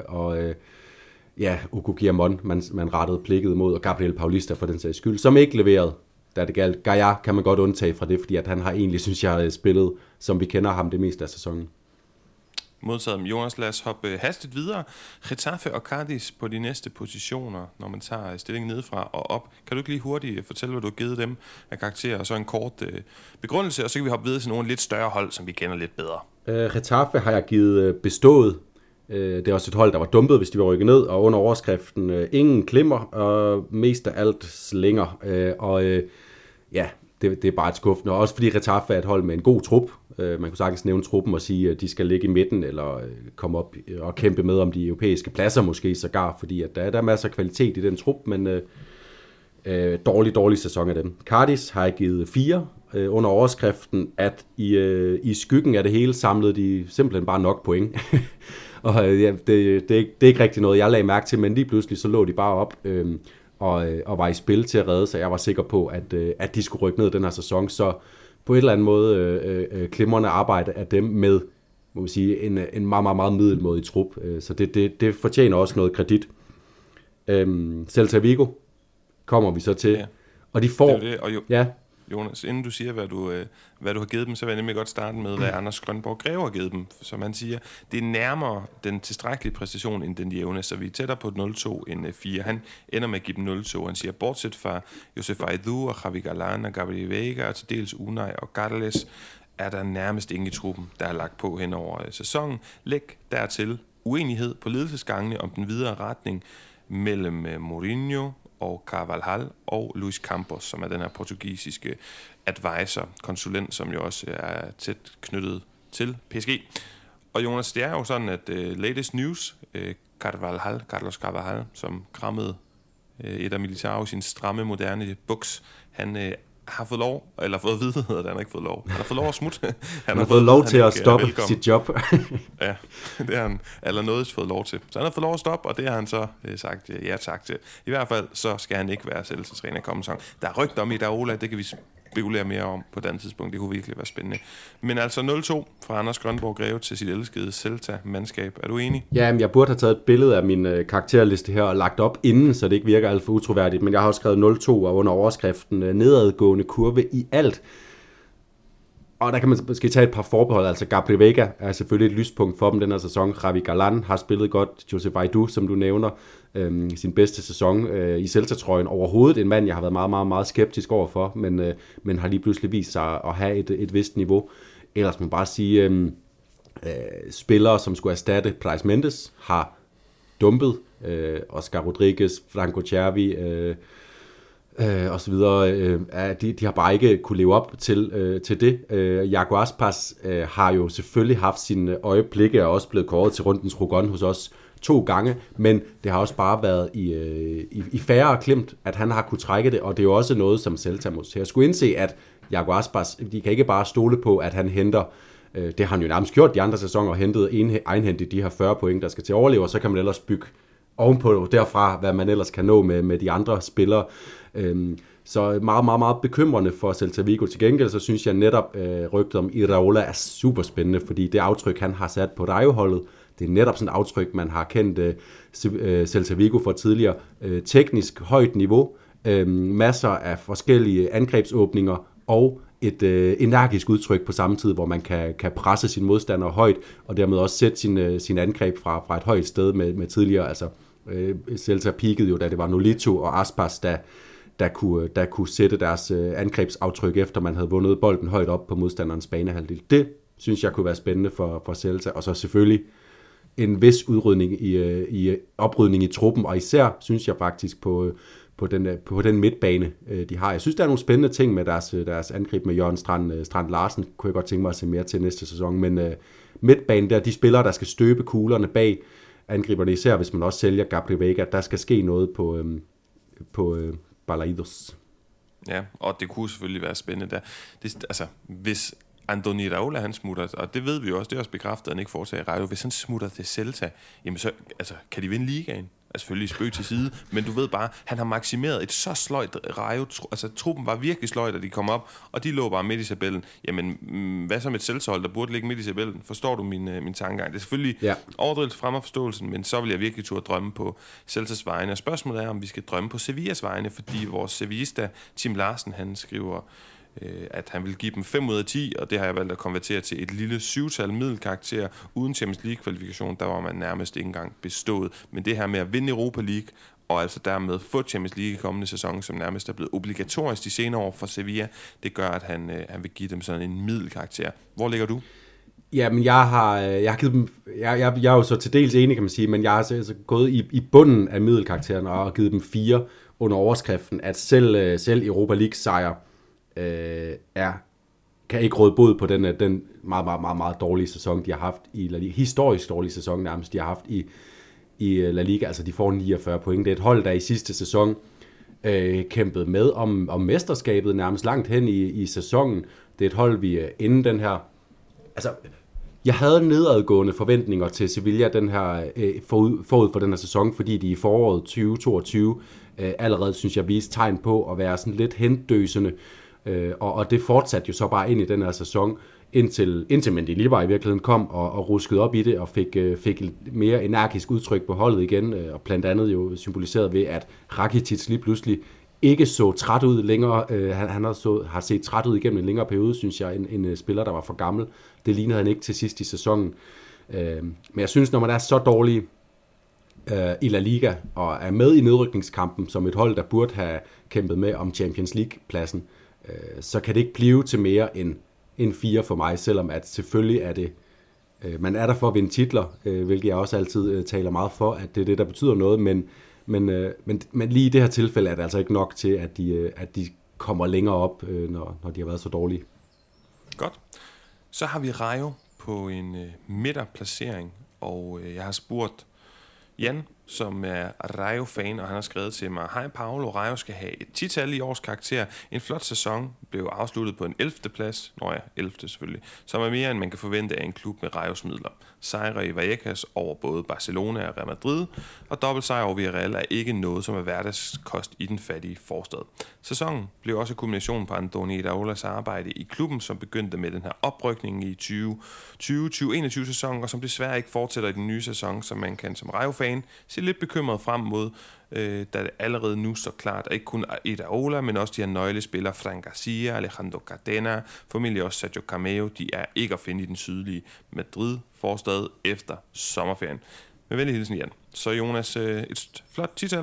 Hugo Guillamon, man rettede blikket mod, og Gabriel Paulista for den sags skyld, som ikke leverede, da det galt. Gaia kan man godt undtage fra det, fordi at han har egentlig, synes jeg, spillet, som vi kender ham det meste af sæsonen. Modtaget. Jonas, lad os hoppe hastigt videre. Getafe og Cadiz på de næste positioner, når man tager stillingen nedefra og op. Kan du ikke lige hurtigt fortælle, hvad du har givet dem af karakterer, og så en kort begrundelse, og så kan vi hoppe videre til nogle lidt større hold, som vi kender lidt bedre. Getafe har jeg givet bestået. Det er også et hold, der var dumpet, hvis de var rykket ned, og under overskriften ingen klimmer, og mest af alt slinger. Det er bare et skuffende. Også fordi Getafe er et hold med en god trup. Man kunne sagtens nævne truppen og sige, at de skal ligge i midten, eller komme op og kæmpe med om de europæiske pladser måske sågar, fordi at der er masser af kvalitet i den trup, men dårlig sæson af dem. Cadiz har jeg givet 4 under overskriften, at i skyggen af det hele samlede de simpelthen bare nok point. Og det er ikke rigtig noget, jeg lagde mærke til, men lige pludselig så lå de bare op og var i spil til at redde, så jeg var sikker på, at de skulle rykke ned den her sæson. Så på et eller andet måde glimrende arbejde af dem med, må man sige, en meget, meget, meget middelmådig trup. Så det fortjener også noget kredit. Celta Vigo kommer vi så til. Ja. Og de får... Det. Og Jonas, inden du siger, hvad du har givet dem, så vil jeg nemlig godt starte med, hvad Anders Grønborg Greve har givet dem. Som han siger, det er nærmere den tilstrækkelige præstation end den jævne, så vi er tættere på et 0-2 end 4. Han ender med at give dem 0-2. Han siger, bortset fra Josef Aidou og Javi Galan og Gabriel Vega og til dels Unai og Carles, er der nærmest ingen i truppen, der er lagt på hen over sæsonen. Læg dertil uenighed på ledelsesgangene om den videre retning mellem Mourinho og Carvalhal og Luis Campos, som er den her portugisiske advisor, konsulent, som jo også er tæt knyttet til PSG. Og Jonas, det er jo sådan, at latest news, Carlos Carvalhal, som krammede et af Militao i sin stramme, moderne buks, han har fået lov, eller fået at vide, han har ikke fået lov. Han har fået lov at smutte. Han har fået lov til at stoppe sit job. Ja, det har han allernådigt fået lov til. Så han har fået lov at stoppe, og det har han så sagt ja tak til. I hvert fald, så skal han ikke være selvtræner i kommende sæson. Der er rygter om Iraola, det kan vi spekulere mere om på et andet tidspunkt. Det kunne virkelig være spændende. Men altså 0-2 fra Anders Grønborg Greve til sit elskede Celta-mandskab. Er du enig? Ja, jeg burde have taget et billede af min karakterliste her og lagt op inden, så det ikke virker alt for utroværdigt. Men jeg har også skrevet 0-2 og under overskriften nedadgående kurve i alt. Og der kan man måske tage et par forbehold. Altså Gabriel Vega er selvfølgelig et lyspunkt for dem den her sæson. Javi Galan har spillet godt. Josef Aidou, som du nævner, sin bedste sæson i Celta-trøjen overhovedet. En mand, jeg har været meget, meget, meget skeptisk overfor, men har lige pludselig vist sig at have et vist niveau. Ellers må man bare sige, spillere, som skulle erstatte Brais Mendes, har dumpet. Oscar Rodriguez, Franco Cervi, og så videre, de har bare ikke kunne leve op til det. Iago Aspas har jo selvfølgelig haft sine øjeblikke og også blevet kåret til rundens Rogon hos os. 2 gange, men det har også bare været i færre klemt, at han har kunne trække det, og det er jo også noget, som Celta måske skulle indse, at Iago Aspas, de kan ikke bare stole på, at han henter, det har han jo nærmest gjort de andre sæsoner, og hentet egenhændigt de her 40 point, der skal til at overleve, og så kan man ellers bygge ovenpå derfra, hvad man ellers kan nå med de andre spillere. Så meget, meget, meget bekymrende for Celta Vigo. Til gengæld, så synes jeg netop, rygtet om Iraola er super spændende, fordi det aftryk, han har sat på Rayo-holdet, det er netop sådan et aftryk, man har kendt Celta Vigo for tidligere. Teknisk højt niveau, masser af forskellige angrebsåbninger og et energisk udtryk på samme tid, hvor man kan presse sine modstandere højt, og dermed også sætte sin angreb fra et højt sted med tidligere. Altså, Celta peakede jo, da det var Nolito og Aspas, der kunne sætte deres angrebsaftryk, efter man havde vundet bolden højt op på modstanderens banehalvdel. Det synes jeg kunne være spændende for Celta, og så selvfølgelig en vis udrydning i oprydning i truppen, og især synes jeg faktisk på den midtbane, de har. Jeg synes, der er nogle spændende ting med deres angreb med Jørgen Strand Larsen, kunne jeg godt tænke mig at se mere til næste sæson, men midtbanen der, de spillere, der skal støbe kuglerne bag angriberne, især hvis man også sælger Gabriel Vega, der skal ske noget på Balaidos. Ja, og det kunne selvfølgelig være spændende der. Altså, hvis Andoni Iraola, han smutter, og det ved vi jo også, det er også bekræftet, at han ikke foretager Rayo. Hvis han smutter til Celta, jamen så kan de vinde ligaen. Altså selvfølgelig spøg til side, men du ved bare, han har maksimeret et så sløjt Rayo. Altså truppen var virkelig sløjt, da de kom op, og de lå bare midt i tabellen. Jamen, hvad så med et Celta-hold, der burde ligge midt i tabellen? Forstår du min tankegang? Det er selvfølgelig overdrivelse frem af forståelsen, men så vil jeg virkelig turde drømme på Celtas vegne. Og spørgsmålet er, om vi skal drømme på Sevillas vegne, fordi vores sevillista, Tim Larsen, han skriver, at han vil give dem 5 ud af 10, og det har jeg valgt at konvertere til et lille 7-tal middelkarakter uden Champions League-kvalifikation, der var man nærmest ikke engang bestået. Men det her med at vinde Europa League, og altså dermed få Champions League i kommende sæson, som nærmest er blevet obligatorisk de senere år for Sevilla, det gør, at han vil give dem sådan en middelkarakter. Hvor ligger du? Ja, men jeg har givet dem, jeg er jo så til dels enig, kan man sige, men jeg har altså gået i bunden af middelkarakteren og givet dem 4 under overskriften, at selv Europa League-sejr kan ikke råde bod på den meget, meget, meget, meget dårlige sæson, de har haft i La Liga. Historisk dårlige sæson nærmest, de har haft i La Liga. Altså, de får 49 point. Det er et hold, der i sidste sæson kæmpede med om mesterskabet nærmest langt hen i sæsonen. Det er et hold, vi inden den her... Altså, jeg havde nedadgående forventninger til Sevilla den her, forud for den her sæson, fordi de i foråret 2022 allerede, synes jeg, viste tegn på at være sådan lidt hentdøsende. Og det fortsatte jo så bare ind i den her sæson, indtil Mendilibar i virkeligheden kom og ruskede op i det, og fik et mere energisk udtryk på holdet igen, og blandt andet jo symboliseret ved, at Rakitic lige pludselig ikke så træt ud længere. Han har set træt ud igennem en længere periode, synes jeg, en spiller, der var for gammel. Det lignede han ikke til sidst i sæsonen. Men jeg synes, når man er så dårlig i La Liga, og er med i nedrykningskampen som et hold, der burde have kæmpet med om Champions League-pladsen, så kan det ikke blive til mere end 4 for mig, selvom at selvfølgelig er det, man er der for at vinde titler, hvilket jeg også altid taler meget for, at det er det, der betyder noget, men lige i det her tilfælde er det altså ikke nok til, at de kommer længere op, når de har været så dårlige. Godt. Så har vi Rayo på en midterplacering, og jeg har spurgt Jan, som er Rayo-fan, og han har skrevet til mig: Hej Paolo, Rayo skal have et 10-tal i års karakter. En flot sæson, blev afsluttet på en 11. plads, 11. selvfølgelig, som er mere end man kan forvente af en klub med Rayos midler. Sejre i Vallecas over både Barcelona og Real Madrid, og dobbeltsejr over Villarreal er ikke noget, som er hverdagskost i den fattige forstad. Sæsonen blev også kulminationen på Andoni Iraolas arbejde i klubben, som begyndte med den her oprykning i 2020-2021 sæsonen, og som desværre ikke fortsætter i den nye sæson, som man kan som Rayo-fan se lidt bekymret frem mod, da det allerede nu så klart, at ikke kun Iraola, men også de her nøglespillere, Fran Garcia, Alejandro Cadena, formentlig også Sergio Cameo, de er ikke at finde i den sydlige Madrid-forstad efter sommerferien. Med venlig hilsen, Jan. Så Jonas, et flot 10-tal.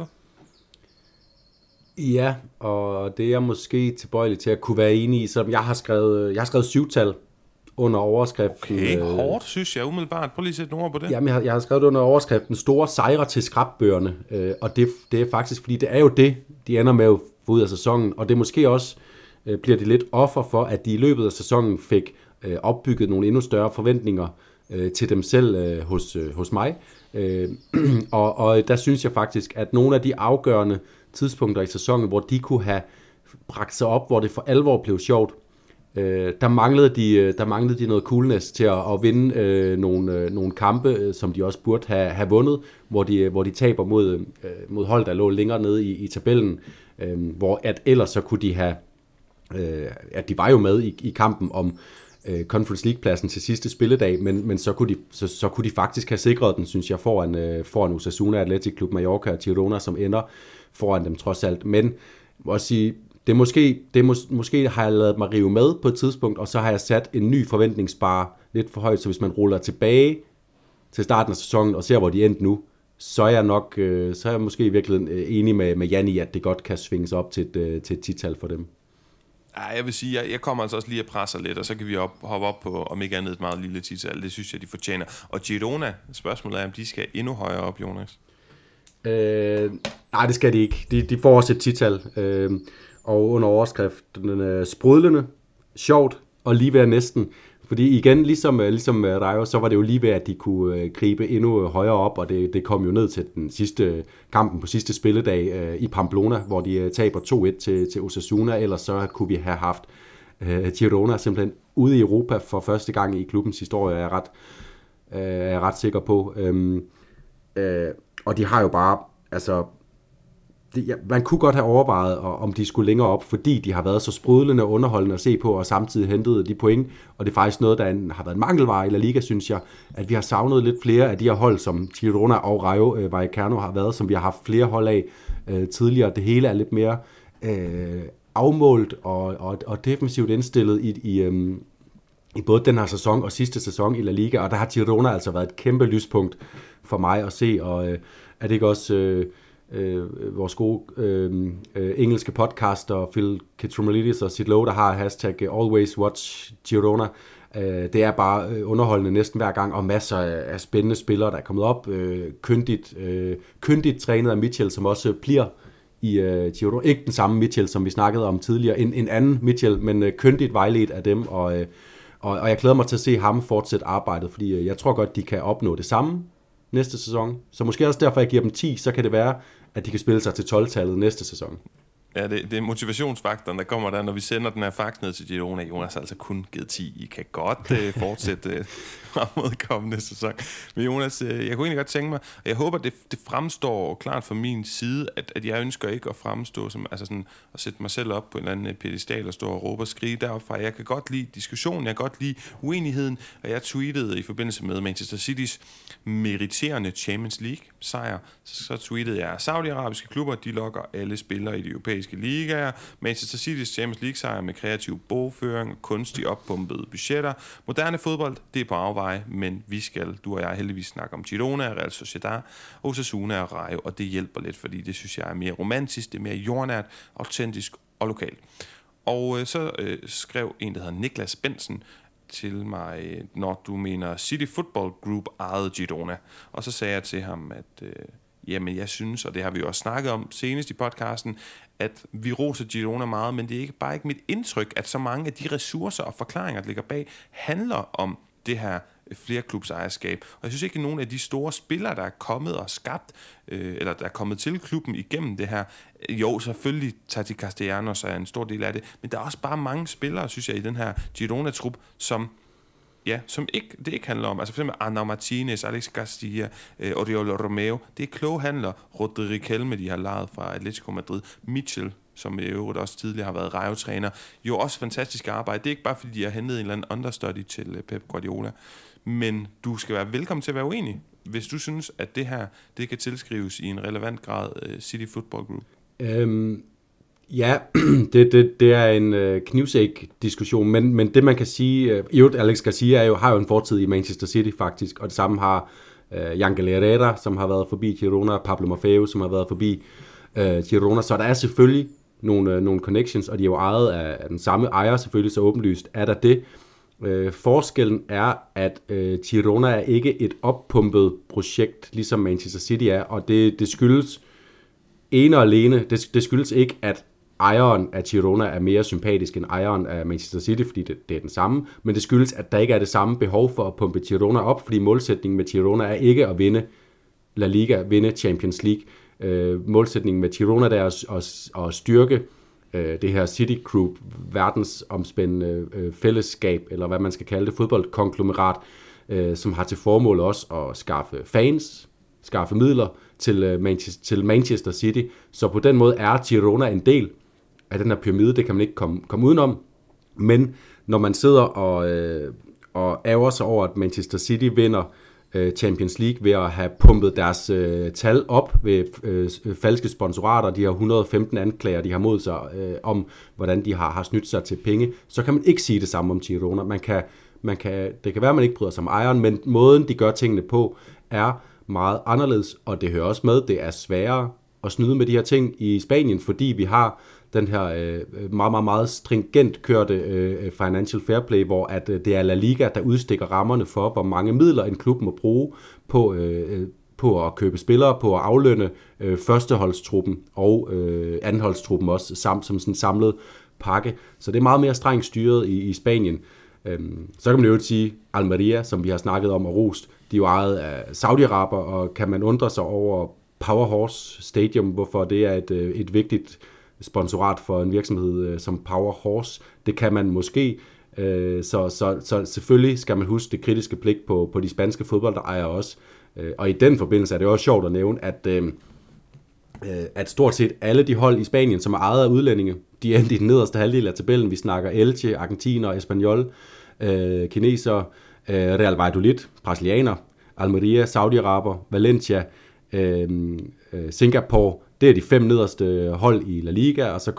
Ja, og det er jeg måske tilbøjelig til at kunne være enig i, som jeg har skrevet 7-tal under overskriften. Okay, hårdt, synes jeg umiddelbart. Prøv lige at sætte nogle ord på det. Jamen, jeg har skrevet under overskriften store sejre til skrabbøgerne, og det er faktisk, fordi det er jo det, de ender med at få ud af sæsonen, og det måske også bliver det lidt offer for, at de i løbet af sæsonen fik opbygget nogle endnu større forventninger til dem selv hos mig. Og der synes jeg faktisk, at nogle af de afgørende tidspunkter i sæsonen, hvor de kunne have bragt sig op, hvor det for alvor blev sjovt, der manglede de noget coolness til at vinde nogle kampe, som de også burde have vundet, hvor de taber mod hold, der lå længere nede i tabellen, hvor at ellers så kunne de have, at de var jo med i kampen om Conference League-pladsen til sidste spilledag, men så kunne de faktisk have sikret den, synes jeg, foran Osasuna, Athletic Club Mallorca og Girona, som ender foran dem trods alt. Men må også sige, måske har jeg ladet mig rive med på et tidspunkt, og så har jeg sat en ny forventningsbar lidt for højt, så hvis man ruller tilbage til starten af sæsonen og ser, hvor de endte nu, så er jeg måske i virkeligheden enig med Jan i, at det godt kan svinge sig op til et 10-tal for dem. Ja, jeg vil sige, jeg kommer altså også lige at presse lidt, og så kan vi hoppe op på, om ikke andet, et meget lille 10-tal. Det synes jeg, de fortjener. Og Girona, spørgsmålet er, om de skal endnu højere op, Jonas? Nej, det skal de ikke. De får også et 10-tal. Og under overskriften sprudlende, sjovt og lige ved næsten. Fordi igen, ligesom Rayo, så var det jo lige ved, at de kunne gribe endnu højere op, og det kom jo ned til den sidste kampen på sidste spilledag i Pamplona, hvor de taber 2-1 til Osasuna, ellers så kunne vi have haft Girona simpelthen ude i Europa for første gang i klubbens historie, er jeg ret sikker på. Og de har jo bare, altså, man kunne godt have overvejet, om de skulle længere op, fordi de har været så sprudlende og underholdende at se på, og samtidig hentede de point, og det er faktisk noget, der har været en mangelvare i La Liga, synes jeg, at vi har savnet lidt flere af de her hold, som Girona og Rayo Vallecano har været, som vi har haft flere hold af tidligere. Det hele er lidt mere afmålt og defensivt indstillet i både den her sæson og sidste sæson i La Liga, og der har Girona altså været et kæmpe lyspunkt for mig at se, og er det ikke også vores gode engelske podcaster Phil Kitromalidis og Sid Lowe, der har hashtag Always Watch Girona. Det er bare underholdende næsten hver gang, og masser af spændende spillere, der er kommet op. Kyndigt trænet af Mitchell, som også bliver i Girona. Ikke den samme Mitchell, som vi snakkede om tidligere. En anden Mitchell, men kyndigt vejledt af dem, og jeg glæder mig til at se ham fortsætte arbejdet, fordi jeg tror godt, de kan opnå det samme næste sæson. Så måske også derfor, jeg giver dem 10, så kan det være, at de kan spille sig til 12-tallet næste sæson. Ja, det er motivationsfaktoren, der kommer der, når vi sender den her fakt ned til Girona. Jonas har altså kun givet 10. I kan godt fortsætte frem mod kommende sæson. Men Jonas, jeg kunne egentlig godt tænke mig, og jeg håber, det fremstår klart fra min side, at jeg ønsker ikke at fremstå som, altså sådan, at sætte mig selv op på en eller anden pedestal og stå og råbe og skrige derfra. Jeg kan godt lide diskussionen, jeg kan godt lide uenigheden, og jeg tweetede i forbindelse med Manchester Citys meriterende Champions League sejr, så tweetede jeg, saudi-arabiske klubber, de lokker alle spillere i de europæiske ligaer. Manchester City's Champions League sejr med kreativ bogføring og kunstigt oppumpede budgetter. Moderne fodbold, det er på afveje, men vi skal, du og jeg, heldigvis snakke om Girona, Real Sociedad, Osasuna og Rayo, og det hjælper lidt, fordi det synes jeg er mere romantisk, det er mere jordnært, autentisk og lokalt. Og så skrev en, der hedder Niklas Bensen, til mig, når du mener City Football Group ejede Girona. Og så sagde jeg til ham, at jamen jeg synes, og det har vi jo også snakket om senest i podcasten, at vi roser Girona meget, men det er bare ikke mit indtryk, at så mange af de ressourcer og forklaringer, der ligger bag, handler om det her flerklubs ejerskab. Og jeg synes ikke, at nogen af de store spillere, der er kommet og skabt, eller der er kommet til klubben igennem det her, jo, selvfølgelig Tati Castellanos er en stor del af det, men der er også bare mange spillere, synes jeg, i den her Girona-trup, som det ikke handler om. Altså for eksempel Arnau Martinez, Alex Castilla, Oriol Romeo. Det er kloge handler. Rodri Riquelme, de har lejet fra Atletico Madrid. Mitchell, som i øvrigt også tidligere har været Rayo-træner. Jo, også fantastisk arbejde. Det er ikke bare, fordi de har hentet en eller anden understudy til Pep Guardiola. Men du skal være velkommen til at være uenig, hvis du synes, at det her, det kan tilskrives i en relevant grad City Football Group. Ja, det er en knivsæk-diskussion, men det man kan sige, Alex Garcia har jo en fortid i Manchester City faktisk, og det samme har Yangel Herrera, som har været forbi Girona, Pablo Maffeo, som har været forbi Girona, så der er selvfølgelig nogle connections, og de er jo ejet af den samme ejer selvfølgelig, så åbenlyst er der det. Forskellen er, at Girona er ikke et oppumpet projekt, ligesom Manchester City er, og det skyldes ene og alene, det skyldes ikke, at ejeren af Girona er mere sympatisk end ejeren af Manchester City, fordi det er den samme, men det skyldes, at der ikke er det samme behov for at pumpe Girona op, fordi målsætningen med Girona er ikke at vinde La Liga, vinde Champions League. Målsætningen med Girona der er at styrke det her City Group, verdensomspændende fællesskab, eller hvad man skal kalde det, fodboldkonglomerat, som har til formål også at skaffe fans, skaffe midler til Manchester City. Så på den måde er Girona en del af den her pyramide, det kan man ikke komme udenom. Men når man sidder og ærger sig over, at Manchester City vinder Champions League ved at have pumpet deres tal op ved falske sponsorater, de har 115 anklager, de har mod sig om, hvordan de har snydt sig til penge, så kan man ikke sige det samme om Girona. Det kan være, at man ikke bryder sig om ejeren, men måden, de gør tingene på, er meget anderledes, og det hører også med, det er sværere at snyde med de her ting i Spanien, fordi vi har den her meget, meget, meget stringent kørte financial fair play, hvor at det er La Liga, der udstikker rammerne for, hvor mange midler en klub må bruge på at købe spillere, på at aflønne førsteholdstruppen og andenholdstruppen også, som sådan en samlet pakke. Så det er meget mere strengt styret i Spanien. Så kan man jo sige, Almeria, som vi har snakket om og rost, de er jo ejet af Saudi-Araber, og kan man undre sig over Power Horse Stadium, hvorfor det er et vigtigt sponsorat for en virksomhed som Power Horse. Det kan man måske. Så selvfølgelig skal man huske det kritiske blik på de spanske fodboldejere også. Og i den forbindelse er det også sjovt at nævne, at stort set alle de hold i Spanien, som er ejet af udlændinge, de er i den nederste halvdel af tabellen. Vi snakker Elche, argentiner, Espanyol, kineser, Real Valladolid, brasilianer, Almeria, Saudi-Araber, Valencia, Singapore. Det er de 5 nederste hold i La Liga, og så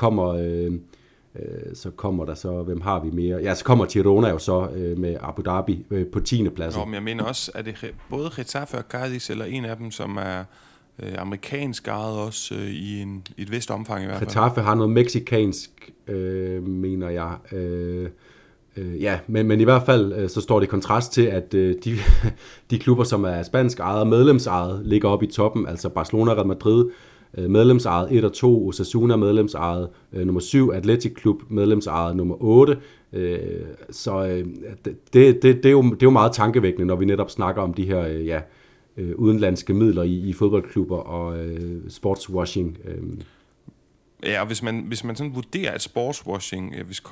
kommer der så, hvem har vi mere? Ja, så kommer Girona jo så med Abu Dhabi på 10. pladsen. Nå, men jeg mener også, at det både Getafe og Cádiz, eller en af dem, som er amerikansk ejet også i et vist omfang i hvert fald. Getafe har noget mexikansk, mener jeg. Ja, men i hvert fald så står det i kontrast til, at de klubber, som er spansk ejet og medlemsejet, ligger oppe i toppen, altså Barcelona, Real Madrid, medlemsejet 1 og 2, Osasuna medlemsejet nummer 7, Athletic Club medlemsejet nummer 8. Så det er jo meget tankevækkende, når vi netop snakker om de her udenlandske midler i fodboldklubber og sportswashing. Ja, og hvis man sådan vurderer et sportswashing,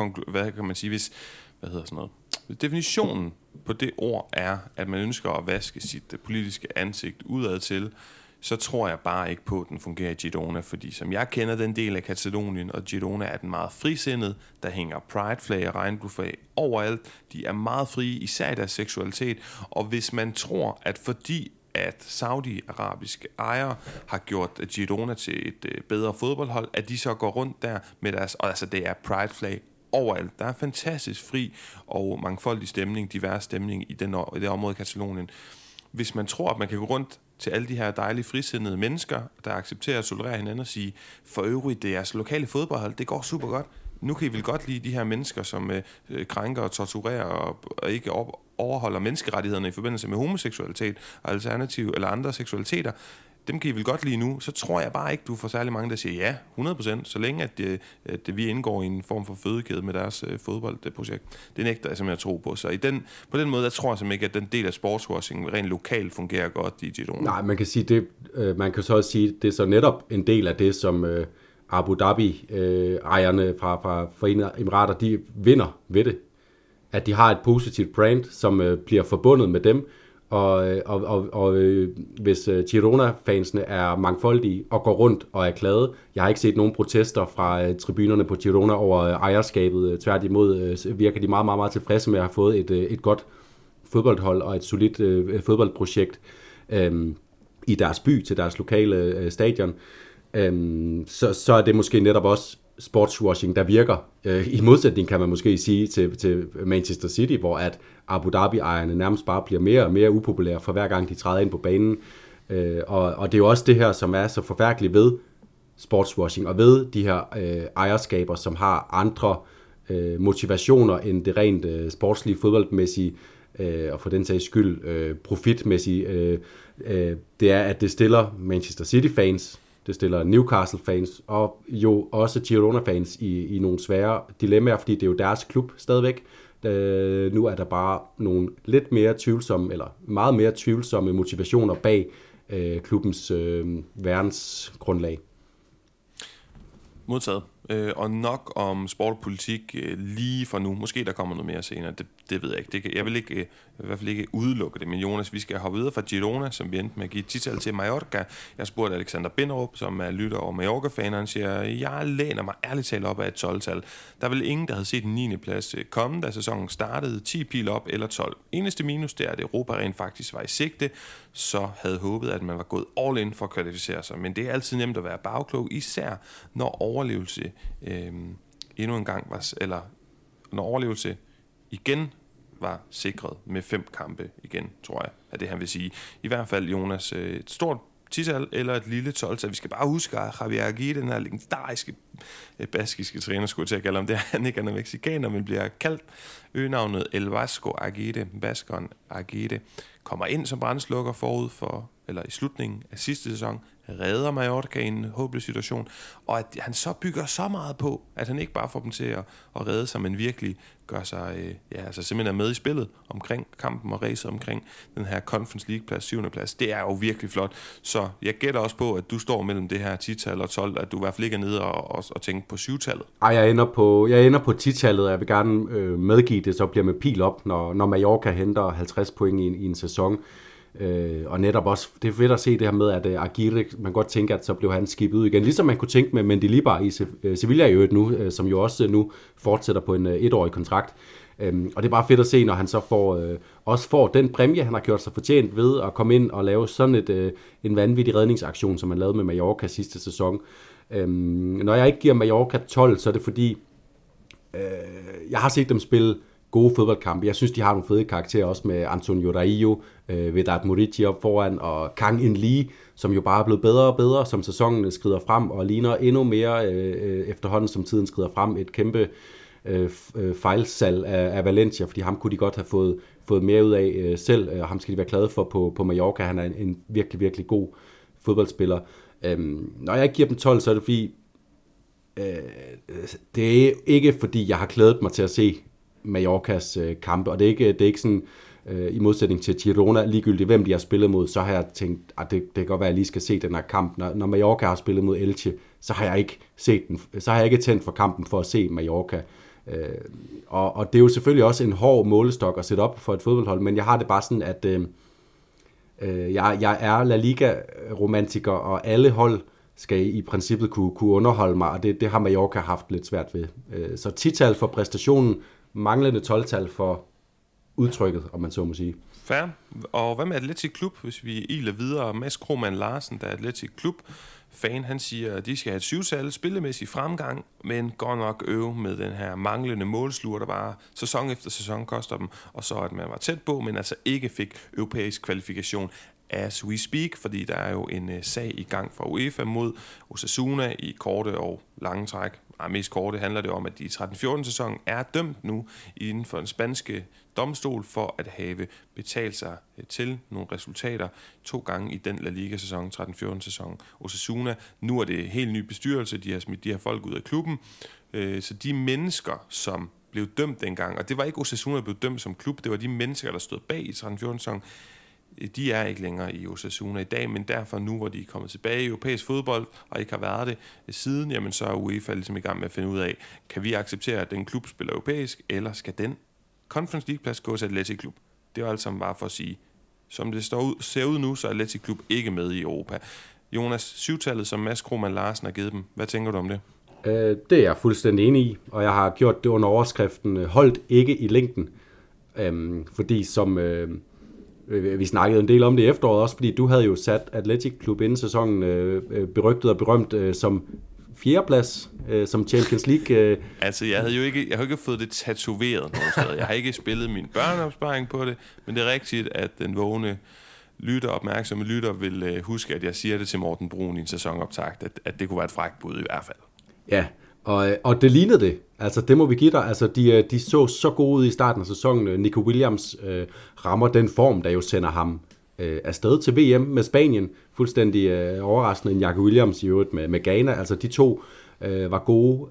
definitionen på det ord er, at man ønsker at vaske sit politiske ansigt udad til, så tror jeg bare ikke på, at den fungerer i Girona, fordi som jeg kender den del af Katalonien, og Girona er den meget frisindet, der hænger pride-flag og regnbueflag overalt. De er meget frie, især i deres seksualitet, og hvis man tror, at fordi at saudi-arabiske ejere har gjort Girona til et bedre fodboldhold, at de så går rundt der med deres, og altså det er pride-flag overalt. Der er fantastisk fri og mangfoldig stemning, divers stemning i det område i Katalonien. Hvis man tror, at man kan gå rundt til alle de her dejlige frisindede mennesker, der accepterer at tolerere hinanden og sige, for øvrigt, det er jeres lokale fodboldhold, det går super godt. Nu kan I vel godt lide de her mennesker, som krænker og torturerer og ikke overholder menneskerettighederne i forbindelse med homoseksualitet og alternativ eller andre seksualiteter. Dem kan I vel godt lide nu. Så tror jeg bare ikke, du får særlig mange, der siger ja, 100%, så længe at vi indgår i en form for fødekæde med deres fodboldprojekt. Det nægter jeg simpelthen at tro på. Så på den måde, der tror jeg simpelthen ikke, at den del af sportswashing rent lokalt fungerer godt i Girona. Nej, man kan sige det. Man kan så også sige, det er så netop en del af det, som Abu Dhabi ejerne fra Forenede Emirater, de vinder ved det. At de har et positivt brand, som bliver forbundet med dem, og hvis Girona-fansene er mangfoldige og går rundt og er glade. Jeg har ikke set nogen protester fra tribunerne på Girona over ejerskabet. Tværtimod virker de meget, meget, meget tilfredse med at have fået et godt fodboldhold og et solidt fodboldprojekt i deres by til deres lokale stadion. Så er det måske netop også sportswashing, der virker. I modsætning kan man måske sige til Manchester City, hvor at Abu Dhabi-ejerne nærmest bare bliver mere og mere upopulære for hver gang de træder ind på banen. Og det er jo også det her, som er så forfærdeligt ved sportswashing og ved de her ejerskaber, som har andre motivationer end det rent sportslige, fodboldmæssige og for den sags skyld profitmæssige. Det er, at det stiller Manchester City-fans Det stiller Newcastle-fans og jo også Girona-fans i nogle svære dilemmaer, fordi det er jo deres klub stadigvæk. Nu er der bare nogle lidt mere tvivlsomme, eller meget mere tvivlsomme motivationer bag klubbens verdensgrundlag. Modtaget. Og nok om sportpolitik lige for nu. Måske der kommer noget mere senere. Det ved jeg ikke. Jeg vil ikke, i hvert fald ikke udelukke det. Men Jonas, vi skal hoppe videre fra Girona, som vi endte med at give titel til Mallorca. Jeg spurgte Alexander Binderup, som er lytter og Mallorca-fan, og han siger, jeg læner mig ærligt talt op af et 12-tal. Der er vel ingen, der havde set en 9. plads komme, da sæsonen startede. 10 pil op eller 12. Eneste minus, det er, at Europa rent faktisk var i sigte, så havde håbet, at man var gået all in for at kvalificere sig. Men det er altid nemt at være bagklog, især når overlevelse endnu en gang var, eller når overlevelse igen var sikret med 5 kampe igen, tror jeg, er det han vil sige. I hvert fald, Jonas, et stort 10-tal eller et lille 12-tal. Vi skal bare huske, at Javier Aguirre, den her legendariske baskiske træner, skulle jeg til at kalde ham, det er han ikke, han er mexikaner, men bliver kaldt øgenavnet El Vasco Aguirre, baskeren Aguirre, kommer ind som brandslukker forud for, eller i slutningen af sidste sæson, redder Mallorca i en håbløs situation, og at han så bygger så meget på, at han ikke bare får dem til at redde sig, men virkelig gør sig, altså simpelthen er med i spillet omkring kampen og racet omkring den her Conference League plads, 7. plads. Det er jo virkelig flot. Så jeg gætter også på, at du står mellem det her 10-tal og 12, at du i hvert fald ikke er nede og tænker på 7-tallet. Ej, jeg ender på 10-tallet, og jeg vil gerne medgive det, så bliver med pil op, når Mallorca henter 50 point i en sæson. Og netop også, det er fedt at se det her med, at Aguirre, man godt tænker, at så blev han skibet ud igen. Ligesom man kunne tænke med Mendilibar i Sevilla i øvrigt nu, som jo også nu fortsætter på en 1-årig kontrakt. Og det er bare fedt at se, når han så også får den præmie, han har gjort sig fortjent ved at komme ind og lave sådan en vanvittig redningsaktion, som han lavede med Mallorca sidste sæson. Når jeg ikke giver Mallorca 12, så er det fordi, jeg har set dem spille gode fodboldkampe. Jeg synes, de har nogle fede karakterer også med Antonio Raillo, Vedat Murici op foran, og Kang In Lee, som jo bare er blevet bedre og bedre, som sæsonen skrider frem, og ligner endnu mere efterhånden, som tiden skrider frem. Et kæmpe fejlsalg af Valencia, fordi ham kunne de godt have fået mere ud af selv, og ham skal de være glade for på Mallorca. Han er en virkelig, virkelig god fodboldspiller. Når jeg ikke giver dem 12, så er det fordi, det er ikke fordi, jeg har glædet mig til at se Mallorcas kampe, og det er ikke sådan, i modsætning til Girona, ligegyldigt hvem de har spillet mod, så har jeg tænkt, at det kan godt være, at jeg lige skal se den her kamp. Når Mallorca har spillet mod Elche, så har jeg ikke set den, så har jeg ikke tændt for kampen for at se Mallorca. Og det er jo selvfølgelig også en hård målestok at sætte op for et fodboldhold, men jeg har det bare sådan, at jeg er La Liga-romantiker, og alle hold skal i princippet kunne underholde mig, og det har Mallorca haft lidt svært ved. Så 10-tal for præstationen, manglende 12-tal for udtrykket, om man så må sige. Fair. Og hvad med Atletic Klub, hvis vi iler videre? Mads Krohmann Larsen, der er Atletic Klub fan, han siger, at de skal have et 7-tal, spillemæssig fremgang, men godt nok øve med den her manglende målsluger, der bare sæson efter sæson koster dem, og så at man var tæt på, men altså ikke fik europæisk kvalifikation as we speak, fordi der er jo en sag i gang fra UEFA mod Osasuna i korte og lange træk. Mest korte handler det om, at de i 13-14 sæson er dømt nu inden for den spanske domstol for at have betalt sig til nogle resultater 2 gange i den La Liga-sæson, 13-14 sæson. Osasuna, nu er det helt ny bestyrelse, de har smidt de her folk ud af klubben, så de mennesker, som blev dømt dengang, og det var ikke Osasuna, der blev dømt som klub, det var de mennesker, der stod bag i 13-14 sæson, de er ikke længere i Osasuna i dag, men derfor nu, hvor de er kommet tilbage i europæisk fodbold, og ikke har været det siden, jamen så er UEFA ligesom i gang med at finde ud af, kan vi acceptere, at den klub spiller europæisk, eller skal den Conference League-plads gå til Atletic Klub? Det er jo alt sammen bare for at sige, som det ser ud nu, så er Atletic Klub ikke med i Europa. Jonas, 7-tallet, som Mads Krohmann Larsen har givet dem, hvad tænker du om det? Det er jeg fuldstændig enig i, og jeg har gjort det under overskriften, holdt ikke i længden, fordi som... Vi snakkede en del om det i efteråret også, fordi du havde jo sat Atletic Klub inden sæsonen berygtet og berømt som 4. plads, som Champions League. Altså, jeg har jo ikke fået det tatoveret nogen steder. Jeg har ikke spillet min børneopsparing på det, men det er rigtigt, at den vågne opmærksomme lytter vil huske, at jeg siger det til Morten Brun i en sæsonoptakt, at det kunne være et frækt bud i hvert fald. Ja, og det lignede det. Altså, det må vi give dig. Altså, de så gode ud i starten af sæsonen. Nico Williams rammer den form, der jo sender ham afsted til VM med Spanien. Fuldstændig overraskende en Jack Williams i øvrigt med Ghana. Altså de to var gode.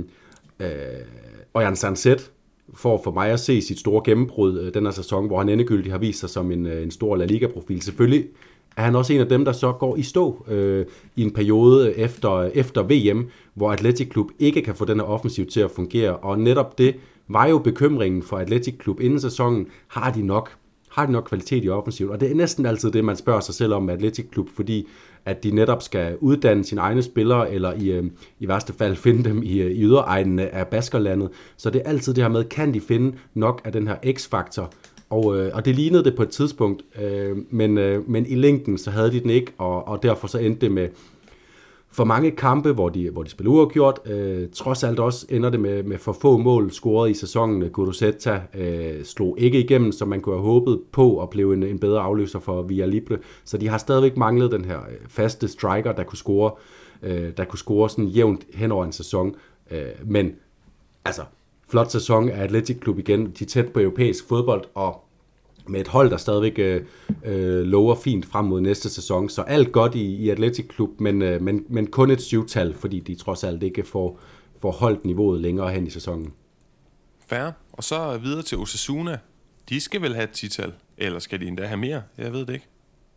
Og Jan Sanzet får for mig at se sit store gennembrud den her sæson, hvor han endegyldigt har vist sig som en stor La Liga-profil. Selvfølgelig er han også en af dem, der så går i stå i en periode efter VM, hvor Athletic Club ikke kan få den her offensiv til at fungere. Og netop det var jo bekymringen for Athletic Club inden sæsonen. Har de nok kvalitet i offensiven? Og det er næsten altid det, man spørger sig selv om med Athletic Club, fordi at de netop skal uddanne sine egne spillere, eller i værste fald finde dem i yderegnene af Baskerlandet. Så det er altid det her med, kan de finde nok af den her X-faktor? Og det lignede det på et tidspunkt, men i længden så havde de den ikke, og derfor så endte det med for mange kampe, hvor de spiller uafgjort. Trods alt også ender det med for få mål scoret i sæsonen. Guruceta slog ikke igennem, som man kunne have håbet på, at blive en bedre afløser for Villalibre. Så de har stadigvæk manglet den her faste striker, der kunne score sådan jævnt hen over en sæson. Men altså, flot sæson af Athletic Club igen. De er tæt på europæisk fodbold, og med et hold, der stadigvæk lover fint frem mod næste sæson. Så alt godt i Athletic Club, men kun et 7-tal, fordi de trods alt ikke får holdt niveauet længere hen i sæsonen. Fair. Og så videre til Osasuna. De skal vel have et 10-tal, eller skal de endda have mere? Jeg ved det ikke.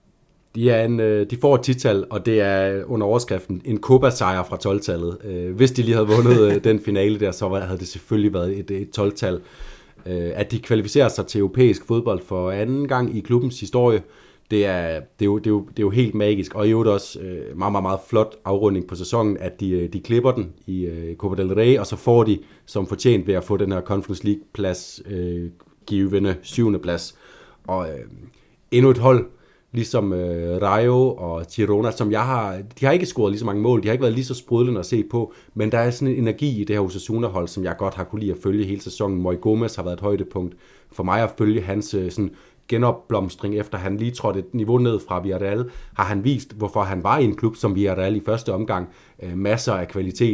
De får et 10-tal, og det er under overskriften en Copa-sejr fra 12-tallet. Hvis de lige havde vundet den finale der, så havde det selvfølgelig været et 12-tal. At de kvalificerer sig til europæisk fodbold for anden gang i klubbens historie, det er jo helt magisk, og i øvrigt også meget, meget, meget flot afrunding på sæsonen, at de klipper den i Copa del Rey, og så får de som fortjent ved at få den her Conference League-plads, givende 7. plads. Og endnu et hold, ligesom Rayo og Girona, de har ikke scoret lige så mange mål, de har ikke været lige så sprudlende at se på, men der er sådan en energi i det her Osasuna-hold, som jeg godt har kunne lide at følge hele sæsonen. Moi Gomez har været et højdepunkt for mig at følge hans sådan genopblomstring, efter han lige trådte et niveau ned fra Villarreal, har han vist, hvorfor han var i en klub som Villarreal i første omgang. Masser af kvalitet.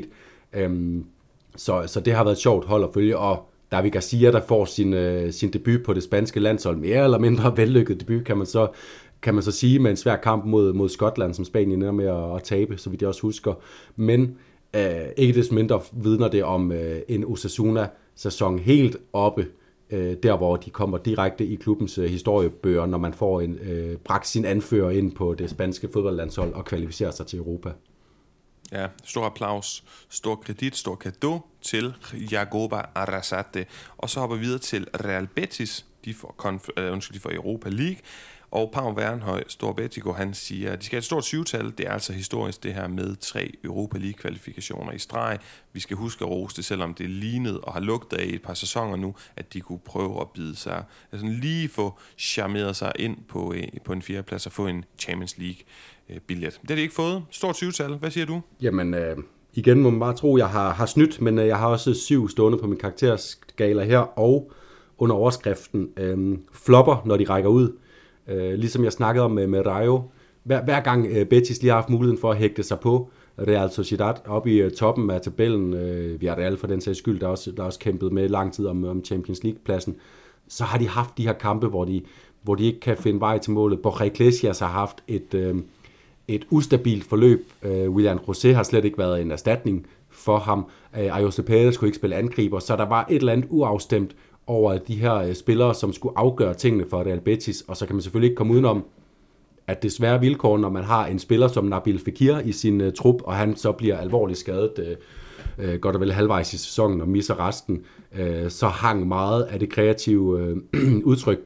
Så det har været et sjovt hold at følge, og David Garcia, der får sin debut på det spanske landshold, mere eller mindre vellykket debut, kan man så sige, med en svær kamp mod Skotland, som Spanien ender med at tabe, så vidt jeg også husker. Men ikke desto mindre vidner det om en Osasuna-sæson helt oppe, der hvor de kommer direkte i klubbens historiebøger, når man får bragt sin anfører ind på det spanske fodboldlandshold og kvalificerer sig til Europa. Ja, stor applaus, stor kredit, stor cadeau til Jagoba Arrasate. Og så hopper vi videre til Real Betis, de får Europa League. Og Pau Wernhøj, Storbetico, han siger, at de skal have et stort 7-tal. Det er altså historisk det her med 3 Europa League-kvalifikationer i streg. Vi skal huske at rose det, selvom det lignede og har lugtet af et par sæsoner nu, at de kunne prøve at bide sig, altså lige få charmeret sig ind på en 4. plads og få en Champions League-billet. Det har de ikke fået. Stort 7-tal. Hvad siger du? Jamen, igen må man bare tro, jeg har snydt, men jeg har også 7 stående på min karakterskala her, og under overskriften flopper, når de rækker ud. Ligesom jeg snakkede om med Rayo. Hver gang Betis lige har haft muligheden for at hægte sig på Real Sociedad op i toppen af tabellen, Villarreal for den sags skyld, der også kæmpet med lang tid om Champions League-pladsen, så har de haft de her kampe, hvor de ikke kan finde vej til målet. Borja Iglesias har haft et ustabilt forløb. Willian José har slet ikke været en erstatning for ham. Ayoze Perez kunne ikke spille angriber, så der var et eller andet uafstemt over de her spillere, som skulle afgøre tingene for Real Betis, og så kan man selvfølgelig ikke komme udenom, at det er svære vilkår, når man har en spiller som Nabil Fekir i sin trup, og han så bliver alvorligt skadet, godt og vel halvvejs i sæsonen og misser resten, så hang meget af det kreative udtryk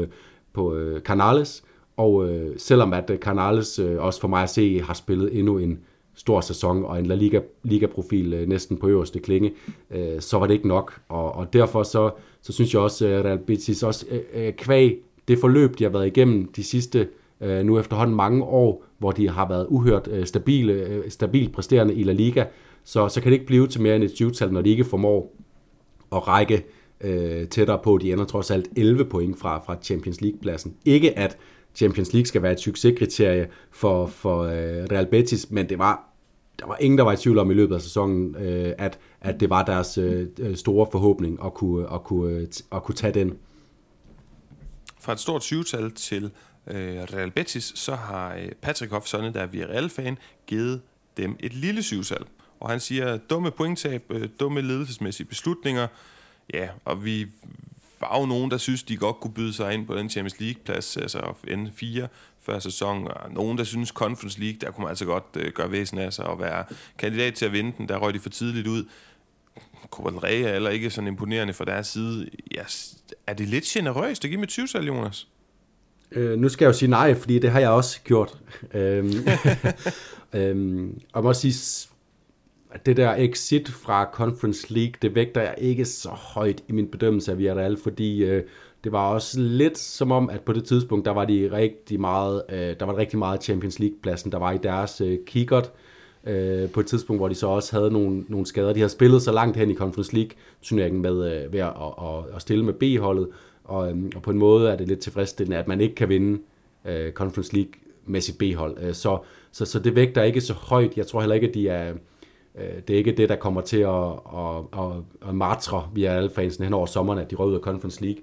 på Canales, og selvom at Canales også for mig at se har spillet endnu en stor sæson og en La Liga-profil næsten på øverste klinge, så var det ikke nok, og derfor så synes jeg også, at Real Betis også kvæg det forløb, de har været igennem de sidste nu efterhånden mange år, hvor de har været uhørt stabilt præsterende i La Liga, så kan det ikke blive til mere end et 20-tal, når de ikke formår at række tættere på. De ender trods alt 11 point fra Champions League-pladsen. Ikke at Champions League skal være et succeskriterie for Real Betis, men der var ingen, der var i tvivl om i løbet af sæsonen, at det var deres store forhåbning at kunne tage den. Fra et stort 20-tal til Real Betis, så har Patrick Hoff, sådan der Villarreal-fan, givet dem et lille syvtal. Og han siger, dumme pointtab, dumme ledelsesmæssige beslutninger. Ja, og vi var jo nogen, der synes, de godt kunne byde sig ind på den Champions League-plads, altså ende 4 før sæson. Og nogen, der synes Conference League, der kunne man altså godt gøre væsen af sig og være kandidat til at vinde den. Der røg de for tidligt ud. Copa del Rey er heller ikke sådan imponerende fra deres side. Ja, er det lidt generøst at give med 20-tal, Jonas? Nu skal jeg jo sige nej, fordi det har jeg også gjort. Og må sige, at det der exit fra Conference League, det vægter jeg ikke så højt i min bedømmelse af Villarreal, fordi det var også lidt som om, at på det tidspunkt, der var rigtig meget Champions League-pladsen, der var i deres kikkert. På et tidspunkt, hvor de så også havde nogle skader. De har spillet så langt hen i Conference League-turneringen med ved at stille med B-holdet, og på en måde er det lidt tilfredsstillende, at man ikke kan vinde Conference League med sit B-hold. Så det vægter ikke så højt. Jeg tror heller ikke, at det er ikke det, der kommer til at martre via alle fansene hen over sommeren, at de røg ud af Conference League.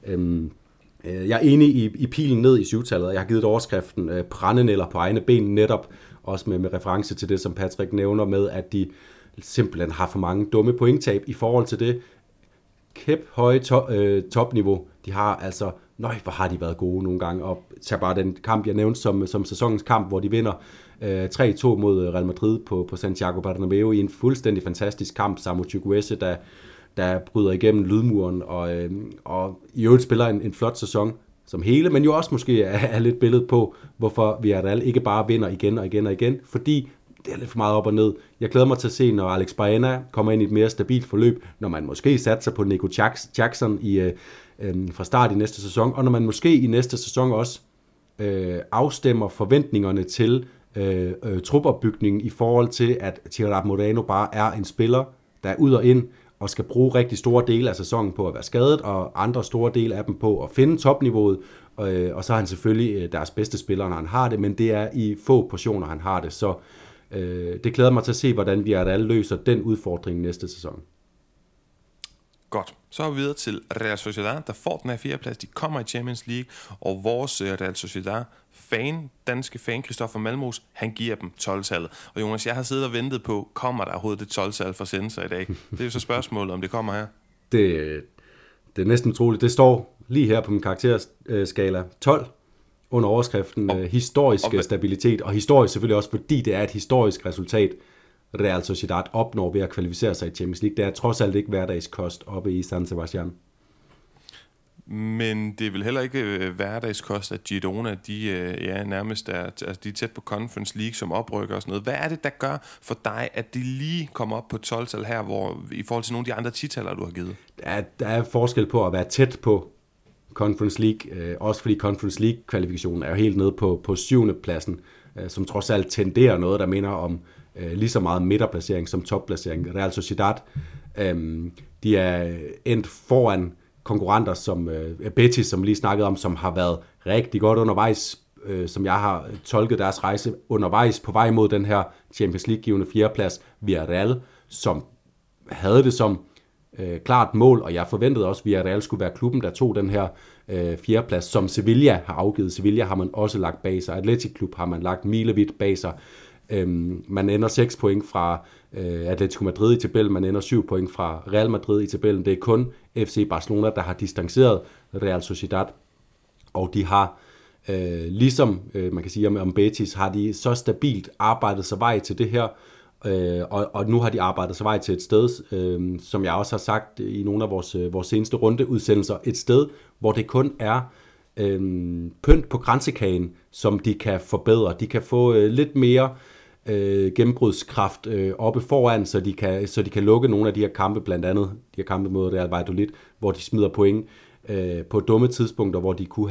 Jeg er enig i pilen ned i syvtallet. Jeg har givet overskriften brændenælder på egne ben netop, også med reference til det, som Patrick nævner med, at de simpelthen har for mange dumme pointtab i forhold til det høje topniveau. De har altså, hvor har de været gode nogle gange, og tag bare den kamp, jeg nævnte som sæsonens kamp, hvor de vinder 3-2 mod Real Madrid på Santiago Bernabéu i en fuldstændig fantastisk kamp. Samu Chukwueze, der bryder igennem lydmuren, og i øvrigt spiller en flot sæson som hele, men jo også måske er lidt billede på, hvorfor Villarreal ikke bare vinder igen og igen og igen, fordi det er lidt for meget op og ned. Jeg glæder mig til at se, når Alex Baena kommer ind i et mere stabilt forløb, når man måske satser på Nico Jackson fra start i næste sæson, og når man måske i næste sæson også afstemmer forventningerne til trupopbygningen i forhold til, at Gerard Moreno bare er en spiller, der er ud og ind, og skal bruge rigtig store dele af sæsonen på at være skadet, og andre store dele af dem på at finde topniveauet, og så er han selvfølgelig deres bedste spiller, når han har det, men det er i få portioner, han har det, så det glæder mig til at se, hvordan Villarreal løser den udfordring næste sæson. Godt. Så er vi videre til Real Sociedad, der får den her 4. plads. De kommer i Champions League, og vores Real Sociedad danske fan, Christoffer Malmos, han giver dem 12-tallet. Og Jonas, jeg har siddet og ventet på, kommer der overhovedet det 12-tal for Sensa i dag? Det er jo så spørgsmålet, om det kommer her. Det er næsten utroligt. Det står lige her på min karakterskala 12 under overskriften historisk stabilitet, og historisk selvfølgelig også, fordi det er et historisk resultat, Real Sociedad opnår ved at kvalificere sig i Champions League. Det er trods alt ikke hverdagskost oppe i San Sebastian. Men det er vel heller ikke hverdagskost, at Girona, de nærmest de er tæt på Conference League som oprykker og sådan noget. Hvad er det, der gør for dig, at de lige kommer op på 12-tal her, hvor i forhold til nogle af de andre 10-taller, du har givet? Der er forskel på at være tæt på Conference League, også fordi Conference League-kvalifikationen er jo helt nede på 7. pladsen, som trods alt tenderer noget, der minder om lige så meget midterplacering som topplacering. Real Sociedad, de er endt foran konkurrenter som Betis, som lige snakkede om, som har været rigtig godt undervejs, som jeg har tolket deres rejse undervejs på vej mod den her Champions League-givende 4. plads, Villarreal, som havde det som klart mål, og jeg forventede også, at Villarreal skulle være klubben, der tog den her 4. plads, som Sevilla har afgivet. Sevilla har man også lagt bag sig. Athletic Klub har man lagt milevidt bag sig. Man ender 6 point fra Atletico Madrid i tabellen, man ender 7 point fra Real Madrid i tabellen. Det er kun FC Barcelona, der har distanceret Real Sociedad, og de har, ligesom man kan sige om Betis, har de så stabilt arbejdet sig vej til det her, og nu har de arbejdet sig vej til et sted, som jeg også har sagt i nogle af vores seneste rundeudsendelser, et sted, hvor det kun er pynt på kransekagen, som de kan forbedre. De kan få lidt mere gennembrudskraft oppe foran, så de kan lukke nogle af de her kampe, blandt andet de her kampe mod Real Valladolid, hvor de smider point på dumme tidspunkter,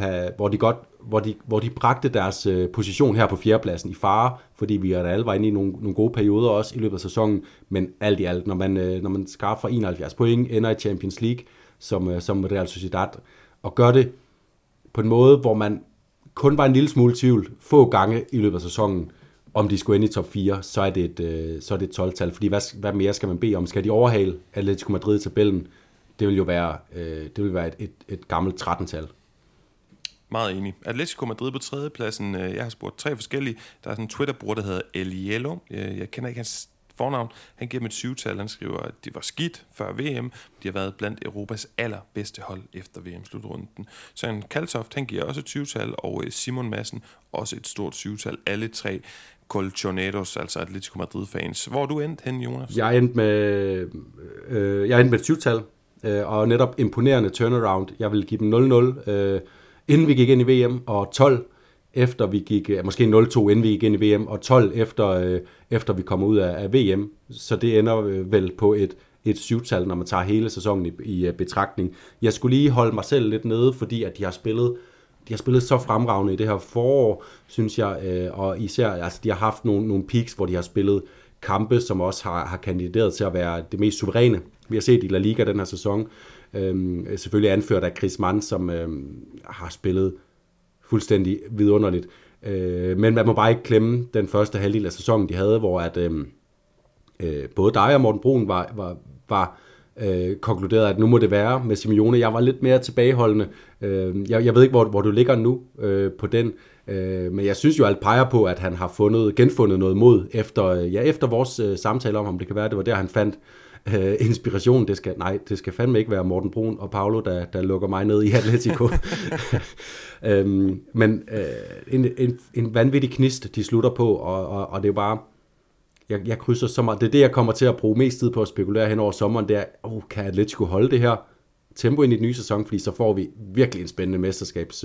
hvor de bragte deres position her på 4. pladsen i fare, fordi vi alle var inde i nogle gode perioder også i løbet af sæsonen, men alt i alt, når man skaffer 71 point, ender i Champions League som Real Sociedad, og gør det på en måde, hvor man kun var en lille smule tvivl få gange i løbet af sæsonen, om de skulle ende i top 4, så er det et 12-tal. Fordi hvad mere skal man bede om? Skal de overhale Atletico Madrid i tabellen? Det vil jo være et gammelt 13-tal. Meget enig. Atletico Madrid på tredjepladsen. Jeg har spurgt 3 forskellige. Der er sådan en Twitter-bruger, der hedder Eliello. Jeg kender ikke hans fornavn. Han giver dem et 7-tal. Han skriver, at de var skidt før VM. De har været blandt Europas allerbedste hold efter VM-slutrunden. Så en Kaltoft, han giver også et 20-tal, og Simon Madsen også et stort 7-tal. Alle 3 Colchoneros, altså Atletico Madrid-fans. Hvor er du endt hen, Jonas? Jeg endte med et 7-tal, og netop imponerende turnaround. Jeg vil give dem 0-0, inden vi gik ind i VM, og 12 efter vi gik, måske 0-2 inden vi gik ind i VM, og 12 efter vi kommer ud af VM. Så det ender vel på et 7-tal, når man tager hele sæsonen i betragtning. Jeg skulle lige holde mig selv lidt nede, fordi at de har spillet så fremragende i det her forår, synes jeg, og især, altså de har haft nogle peaks, hvor de har spillet kampe, som også har kandideret til at være det mest suveræne, vi har set i La Liga den her sæson. Selvfølgelig anført af Chris Mann, som har spillet fuldstændig vidunderligt. Men man må bare ikke klemme den første halvdel af sæsonen, de havde, hvor at både dig og Morten Brun var konkluderet, at nu må det være med Simeone. Jeg var lidt mere tilbageholdende. Jeg ved ikke, hvor du ligger nu på den, men jeg synes jo, alt peger på, at han har genfundet noget mod efter vores samtale om det kan være, det var der, han fandt inspiration. Det skal fandme ikke være Morten Brun og Paolo, der lukker mig ned i Atletico. Men en vanvittig knist, de slutter på, og det er bare, jeg krydser så meget. Det er det, jeg kommer til at bruge mest tid på at spekulere hen over sommeren, det er, kan Atletico holde det her tempo ind i den nye sæson, fordi så får vi virkelig en spændende mesterskabs...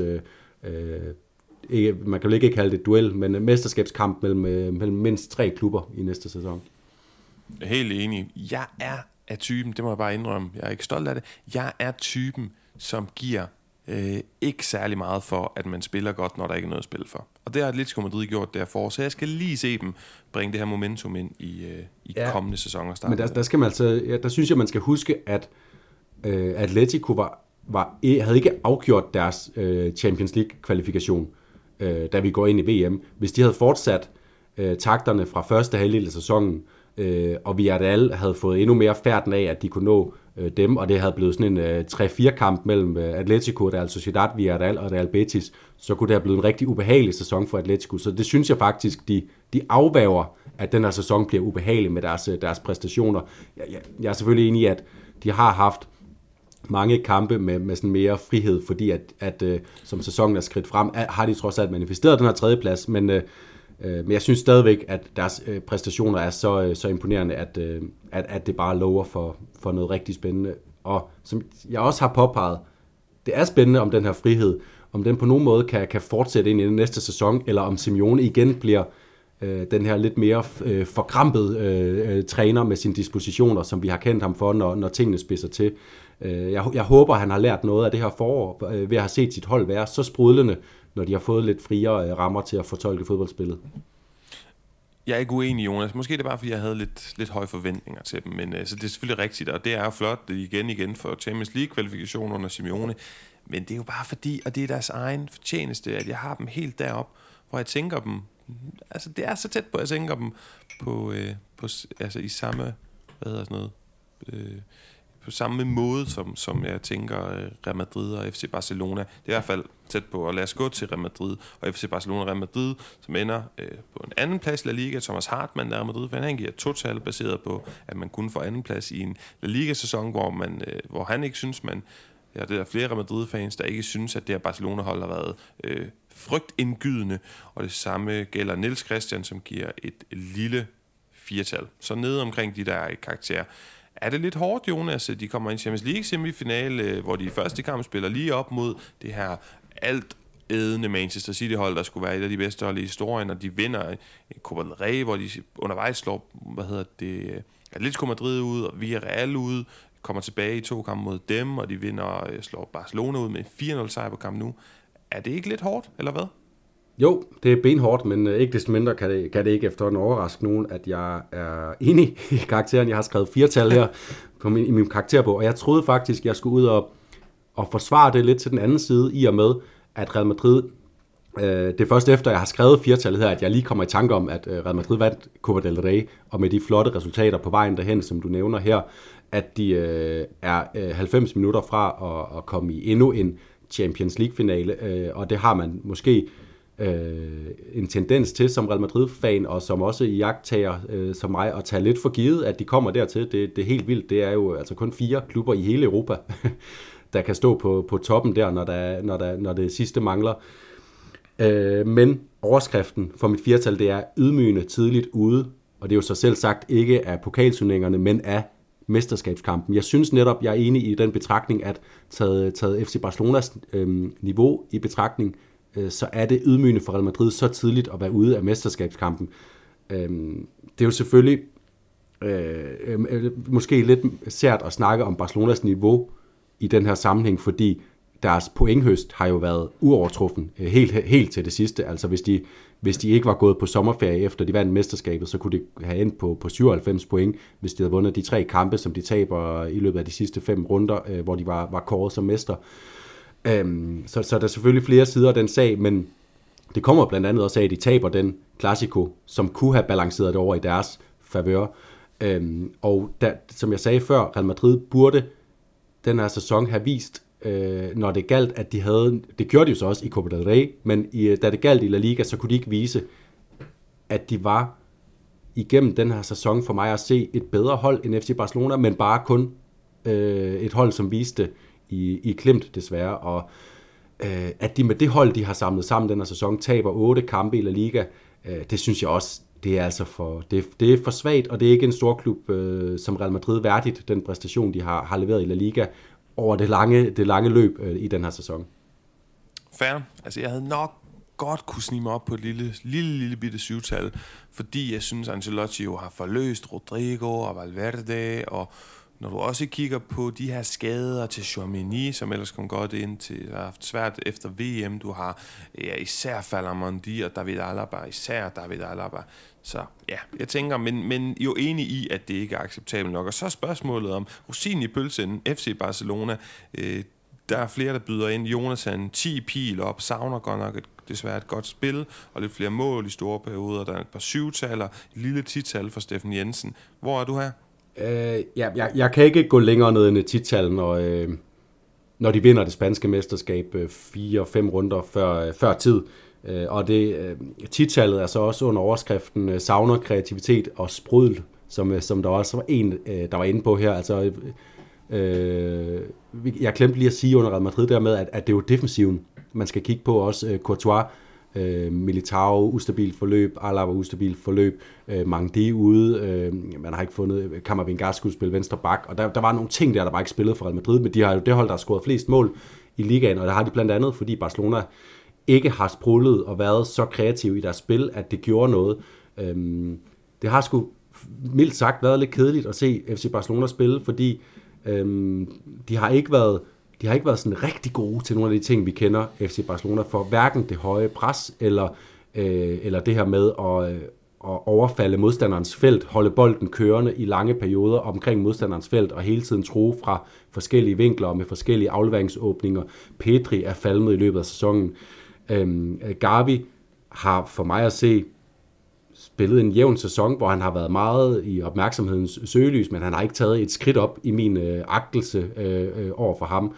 man kan vel ikke kalde det et duel, men en mesterskabskamp mellem mindst 3 klubber i næste sæson. Helt enig. Jeg er af typen, det må jeg bare indrømme, jeg er ikke stolt af det, jeg er typen, som giver ikke særlig meget for, at man spiller godt, når der ikke er noget at spille for. Og det har Atletico Madrid gjort derfor, så jeg skal lige se dem bringe det her momentum ind i kommende sæsoner. Men der skal man altså, der synes jeg, man skal huske, at Atletico havde ikke afgjort deres Champions League-kvalifikation, da vi går ind i VM. Hvis de havde fortsat takterne fra første halvdel af sæsonen, og Villarreal havde fået endnu mere færden af, at de kunne nå dem, og det havde blevet sådan en 3-4 kamp mellem Atletico, Real Sociedad, Villarreal og Real Betis, så kunne det have blevet en rigtig ubehagelig sæson for Atletico. Så det synes jeg faktisk, de afværger, at den her sæson bliver ubehagelig med deres præstationer. Jeg er selvfølgelig enig i, at de har haft mange kampe med sådan mere frihed, fordi at som sæsonen er skridt frem, har de trods alt manifesteret den her tredjeplads, men jeg synes stadigvæk, at deres præstationer er så imponerende, at det bare lover for noget rigtig spændende. Og som jeg også har påpeget, det er spændende om den her frihed, om den på nogen måde kan fortsætte ind i den næste sæson, eller om Simeone igen bliver den her lidt mere forkrampet træner med sine dispositioner, som vi har kendt ham for, når tingene spidser til. Jeg håber, han har lært noget af det her forår, ved at have set sit hold være så sprudlende, når de har fået lidt friere rammer til at fortolke fodboldspillet. Jeg er ikke uenig, Jonas. Måske er det bare, fordi jeg havde lidt høje forventninger til dem, men så det er selvfølgelig rigtigt, og det er jo flot igen for Champions League-kvalifikation under Simeone, men det er jo bare fordi, og det er deres egen fortjeneste, at jeg har dem helt derop, hvor jeg tænker dem, altså det er så tæt på, at jeg tænker dem på altså i samme, på samme måde, som jeg tænker Real Madrid og FC Barcelona. Det er i hvert fald tæt på, og lad os gå til Real Madrid og FC Barcelona og Real Madrid, som ender på en anden plads i La Liga. Thomas Hartmann, der er Real Madrid-fan, han giver total baseret på, at man kun får anden plads i en La Liga-sæson, hvor han ikke synes, det er flere Real Madrid-fans, der ikke synes, at det her Barcelona-hold har været frygtindgydende, og det samme gælder Niels Christian, som giver et lille 4-tal. Så nede omkring de der karakterer. Er det lidt hårdt, Jonas? De kommer i en Champions League-semifinale, hvor de i første kamp spiller lige op mod det her altædende Manchester City-hold, der skulle være et af de bedste hold i historien, og de vinder en Copa del Rey, hvor de undervejs slår, Atletico Madrid ud, og Villarreal ud, kommer tilbage i 2 kampe mod dem, og de slår Barcelona ud med en 4-0 sejr på kamp nu. Er det ikke lidt hårdt, eller hvad? Jo, det er benhårdt, men ikke desto mindre kan det ikke efterhånden overraske nogen, at jeg er enig i karakteren. Jeg har skrevet 4-tal her i min karakterbog, og jeg troede faktisk, jeg skulle ud og forsvare det lidt til den anden side, i og med, at Real Madrid, det er først efter, jeg har skrevet 4-tallet her, at jeg lige kommer i tanke om, at Real Madrid vandt Copa del Rey, og med de flotte resultater på vejen derhen, som du nævner her, at de er 90 minutter fra at komme i endnu en Champions League-finale, og det har man måske en tendens til som Real Madrid-fan, og som også iagttager som mig, at tage lidt for givet, at de kommer dertil. Det er helt vildt. Det er jo altså kun 4 klubber i hele Europa, der kan stå på toppen der, når det sidste mangler. Men overskriften for mit 4-tal, det er ydmygende tidligt ude, og det er jo så selv sagt ikke af pokalturneringerne, men af mesterskabskampen. Jeg synes netop, jeg er enig i den betragtning, at taget FC Barcelonas niveau i betragtning, så er det ydmygende for Real Madrid så tidligt at være ude af mesterskabskampen. Det er jo selvfølgelig måske lidt sært at snakke om Barcelonas niveau i den her sammenhæng, fordi deres pointhøst har jo været uovertruffen helt til det sidste. Altså hvis de ikke var gået på sommerferie efter de vandt mesterskabet, så kunne de have endt på 97 point, hvis de havde vundet de 3 kampe, som de taber i løbet af de sidste 5 runder, hvor de var kåret som mester. Så der er selvfølgelig flere sider af den sag, men det kommer blandt andet også af, at de taber den Clasico, som kunne have balanceret det over i deres favør. Og som jeg sagde før, Real Madrid burde den her sæson have vist, når det galt, at de havde, det gjorde de jo så også i Copa del Rey, men da det galt i La Liga, så kunne de ikke vise, at de var igennem den her sæson for mig at se et bedre hold end FC Barcelona, men bare kun et hold, som viste i Klimt desværre, og at de med det hold, de har samlet sammen den her sæson, taber 8 kampe i La Liga, det synes jeg også, det er altså det er for svagt, og det er ikke en stor klub som Real Madrid værdigt, den præstation, de har leveret i La Liga over det lange løb i den her sæson. Fair. Altså jeg havde nok godt kunne snige mig op på et lille bitte 7-tal, fordi jeg synes, Ancelotti jo har forløst Rodrigo og Valverde, og når du også kigger på de her skader til Tchouaméni, som ellers kom godt ind til, har haft svært efter VM, du har især Falcao og David Alaba, så ja, jeg tænker, men jo enig i, at det ikke er acceptabelt nok. Og så er spørgsmålet om rosinen i pølsen, FC Barcelona, der er flere, der byder ind. Jonathan, 10 pil op, savner godt nok desværre et godt spil, og lidt flere mål i store perioder. Der er et par 7-taller, et lille 10-tal for Steffen Jensen. Hvor er du her? Jeg kan ikke gå længere ned end et 10-tal, når de vinder det spanske mesterskab 4-5 runder før tid. Og det 10-tallet er så også under overskriften savner kreativitet og sprudel, som der også var en, der var inde på her. Altså, jeg glemte lige at sige under Real Madrid dermed, at det er jo defensiven, man skal kigge på også. Courtois, Militao, ustabil forløb, Alaba, ustabil forløb, Mangdi ude, man har ikke fundet, Camavinga skulle spille venstre bak, og der var nogle ting der var ikke spillet for Real Madrid, men de har jo det hold, der har scoret flest mål i ligaen, og der har de blandt andet, fordi Barcelona ikke har sprudlet og været så kreative i deres spil, at det gjorde noget. Det har sgu mildt sagt været lidt kedeligt at se FC Barcelona spille, fordi de har ikke været sådan rigtig gode til nogle af de ting, vi kender FC Barcelona for. Hverken det høje pres, eller det her med at overfalde modstanderens felt, holde bolden kørende i lange perioder omkring modstanderens felt, og hele tiden true fra forskellige vinkler og med forskellige afleveringsåbninger. Pedri er falmet i løbet af sæsonen. Gavi har for mig at se spillet en jævn sæson, hvor han har været meget i opmærksomhedens søgelys, men han har ikke taget et skridt op i min agtelse over for ham.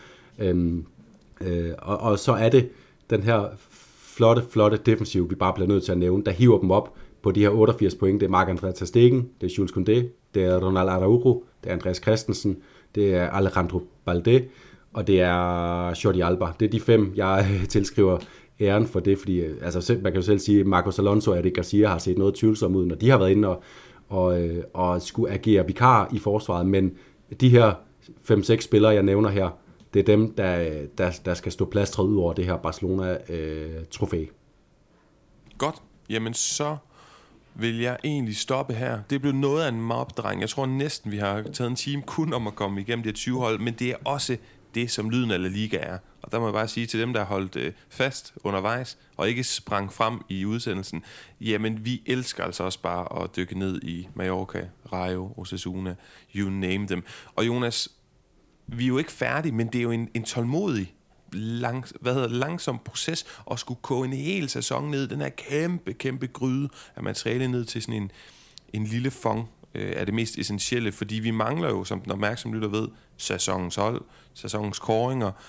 Og så er det den her flotte defensiv, vi bare bliver nødt til at nævne, der hiver dem op på de her 88 point. Det er Marc-André ter Stegen, det er Jules Koundé, det er Ronald Araujo, det er Andreas Christensen, det er Alejandro Balde, og det er Jordi Alba. Det er de 5, jeg tilskriver æren for det, fordi altså, man kan jo selv sige, at Marcos Alonso og Eric Garcia har set noget tvivlsomt ud, når de har været inde og skulle agere vikar i forsvaret, men de her 5-6 spillere, jeg nævner her, det er dem, der skal stå plastret ud over det her Barcelona-trofæ. Godt. Jamen så vil jeg egentlig stoppe her. Det blev noget af en mobdreng. Jeg tror næsten, vi har taget en time kun om at komme igennem de her 20 hold, men det er også det, som lyden af La Liga er. Og der må jeg bare sige til dem, der har holdt fast undervejs, og ikke sprang frem i udsendelsen, jamen vi elsker altså også bare at dykke ned i Mallorca, Rayo, Osasuna, you name them. Og Jonas, vi er jo ikke færdige, men det er jo en tålmodig, langsom proces at skulle koge en hel sæson ned, den her kæmpe gryde af materiale ned til sådan en lille fong er det mest essentielle, fordi vi mangler jo, som den opmærksomme lytter ved, sæsonens hold, sæsonens kåringer.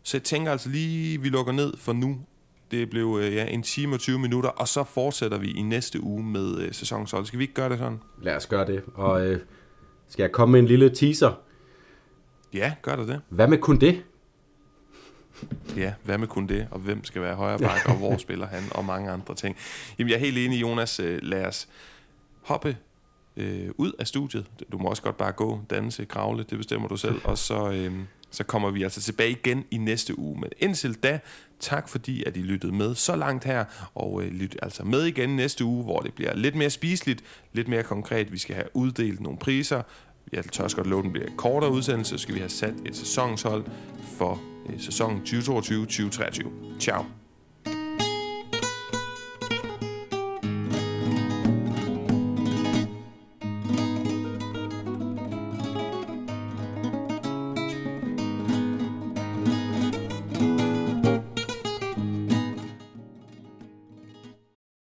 Så jeg tænker altså lige, vi lukker ned for nu. Det blev 1 time og 20 minutter, og så fortsætter vi i næste uge med sæsonens hold. Skal vi ikke gøre det sådan? Lad os gøre det. Og skal jeg komme med en lille teaser? Ja, gør det. Hvad med kun det? Ja, hvad med kun det? Og hvem skal være højre back, og hvor spiller han, og mange andre ting. Jamen, jeg er helt enig, Jonas. Lad os hoppe ud af studiet. Du må også godt bare gå, danse, kravle, det bestemmer du selv. Og så kommer vi altså tilbage igen i næste uge. Men indtil da, tak fordi, at I lyttede med så langt her, og lyt altså med igen næste uge, hvor det bliver lidt mere spiseligt, lidt mere konkret. Vi skal have uddelt nogle priser. Jeg tør også godt love, den bliver en kortere udsendelse, så skal vi have sat et sæsonshold for sæsonen 2022-2023. Ciao.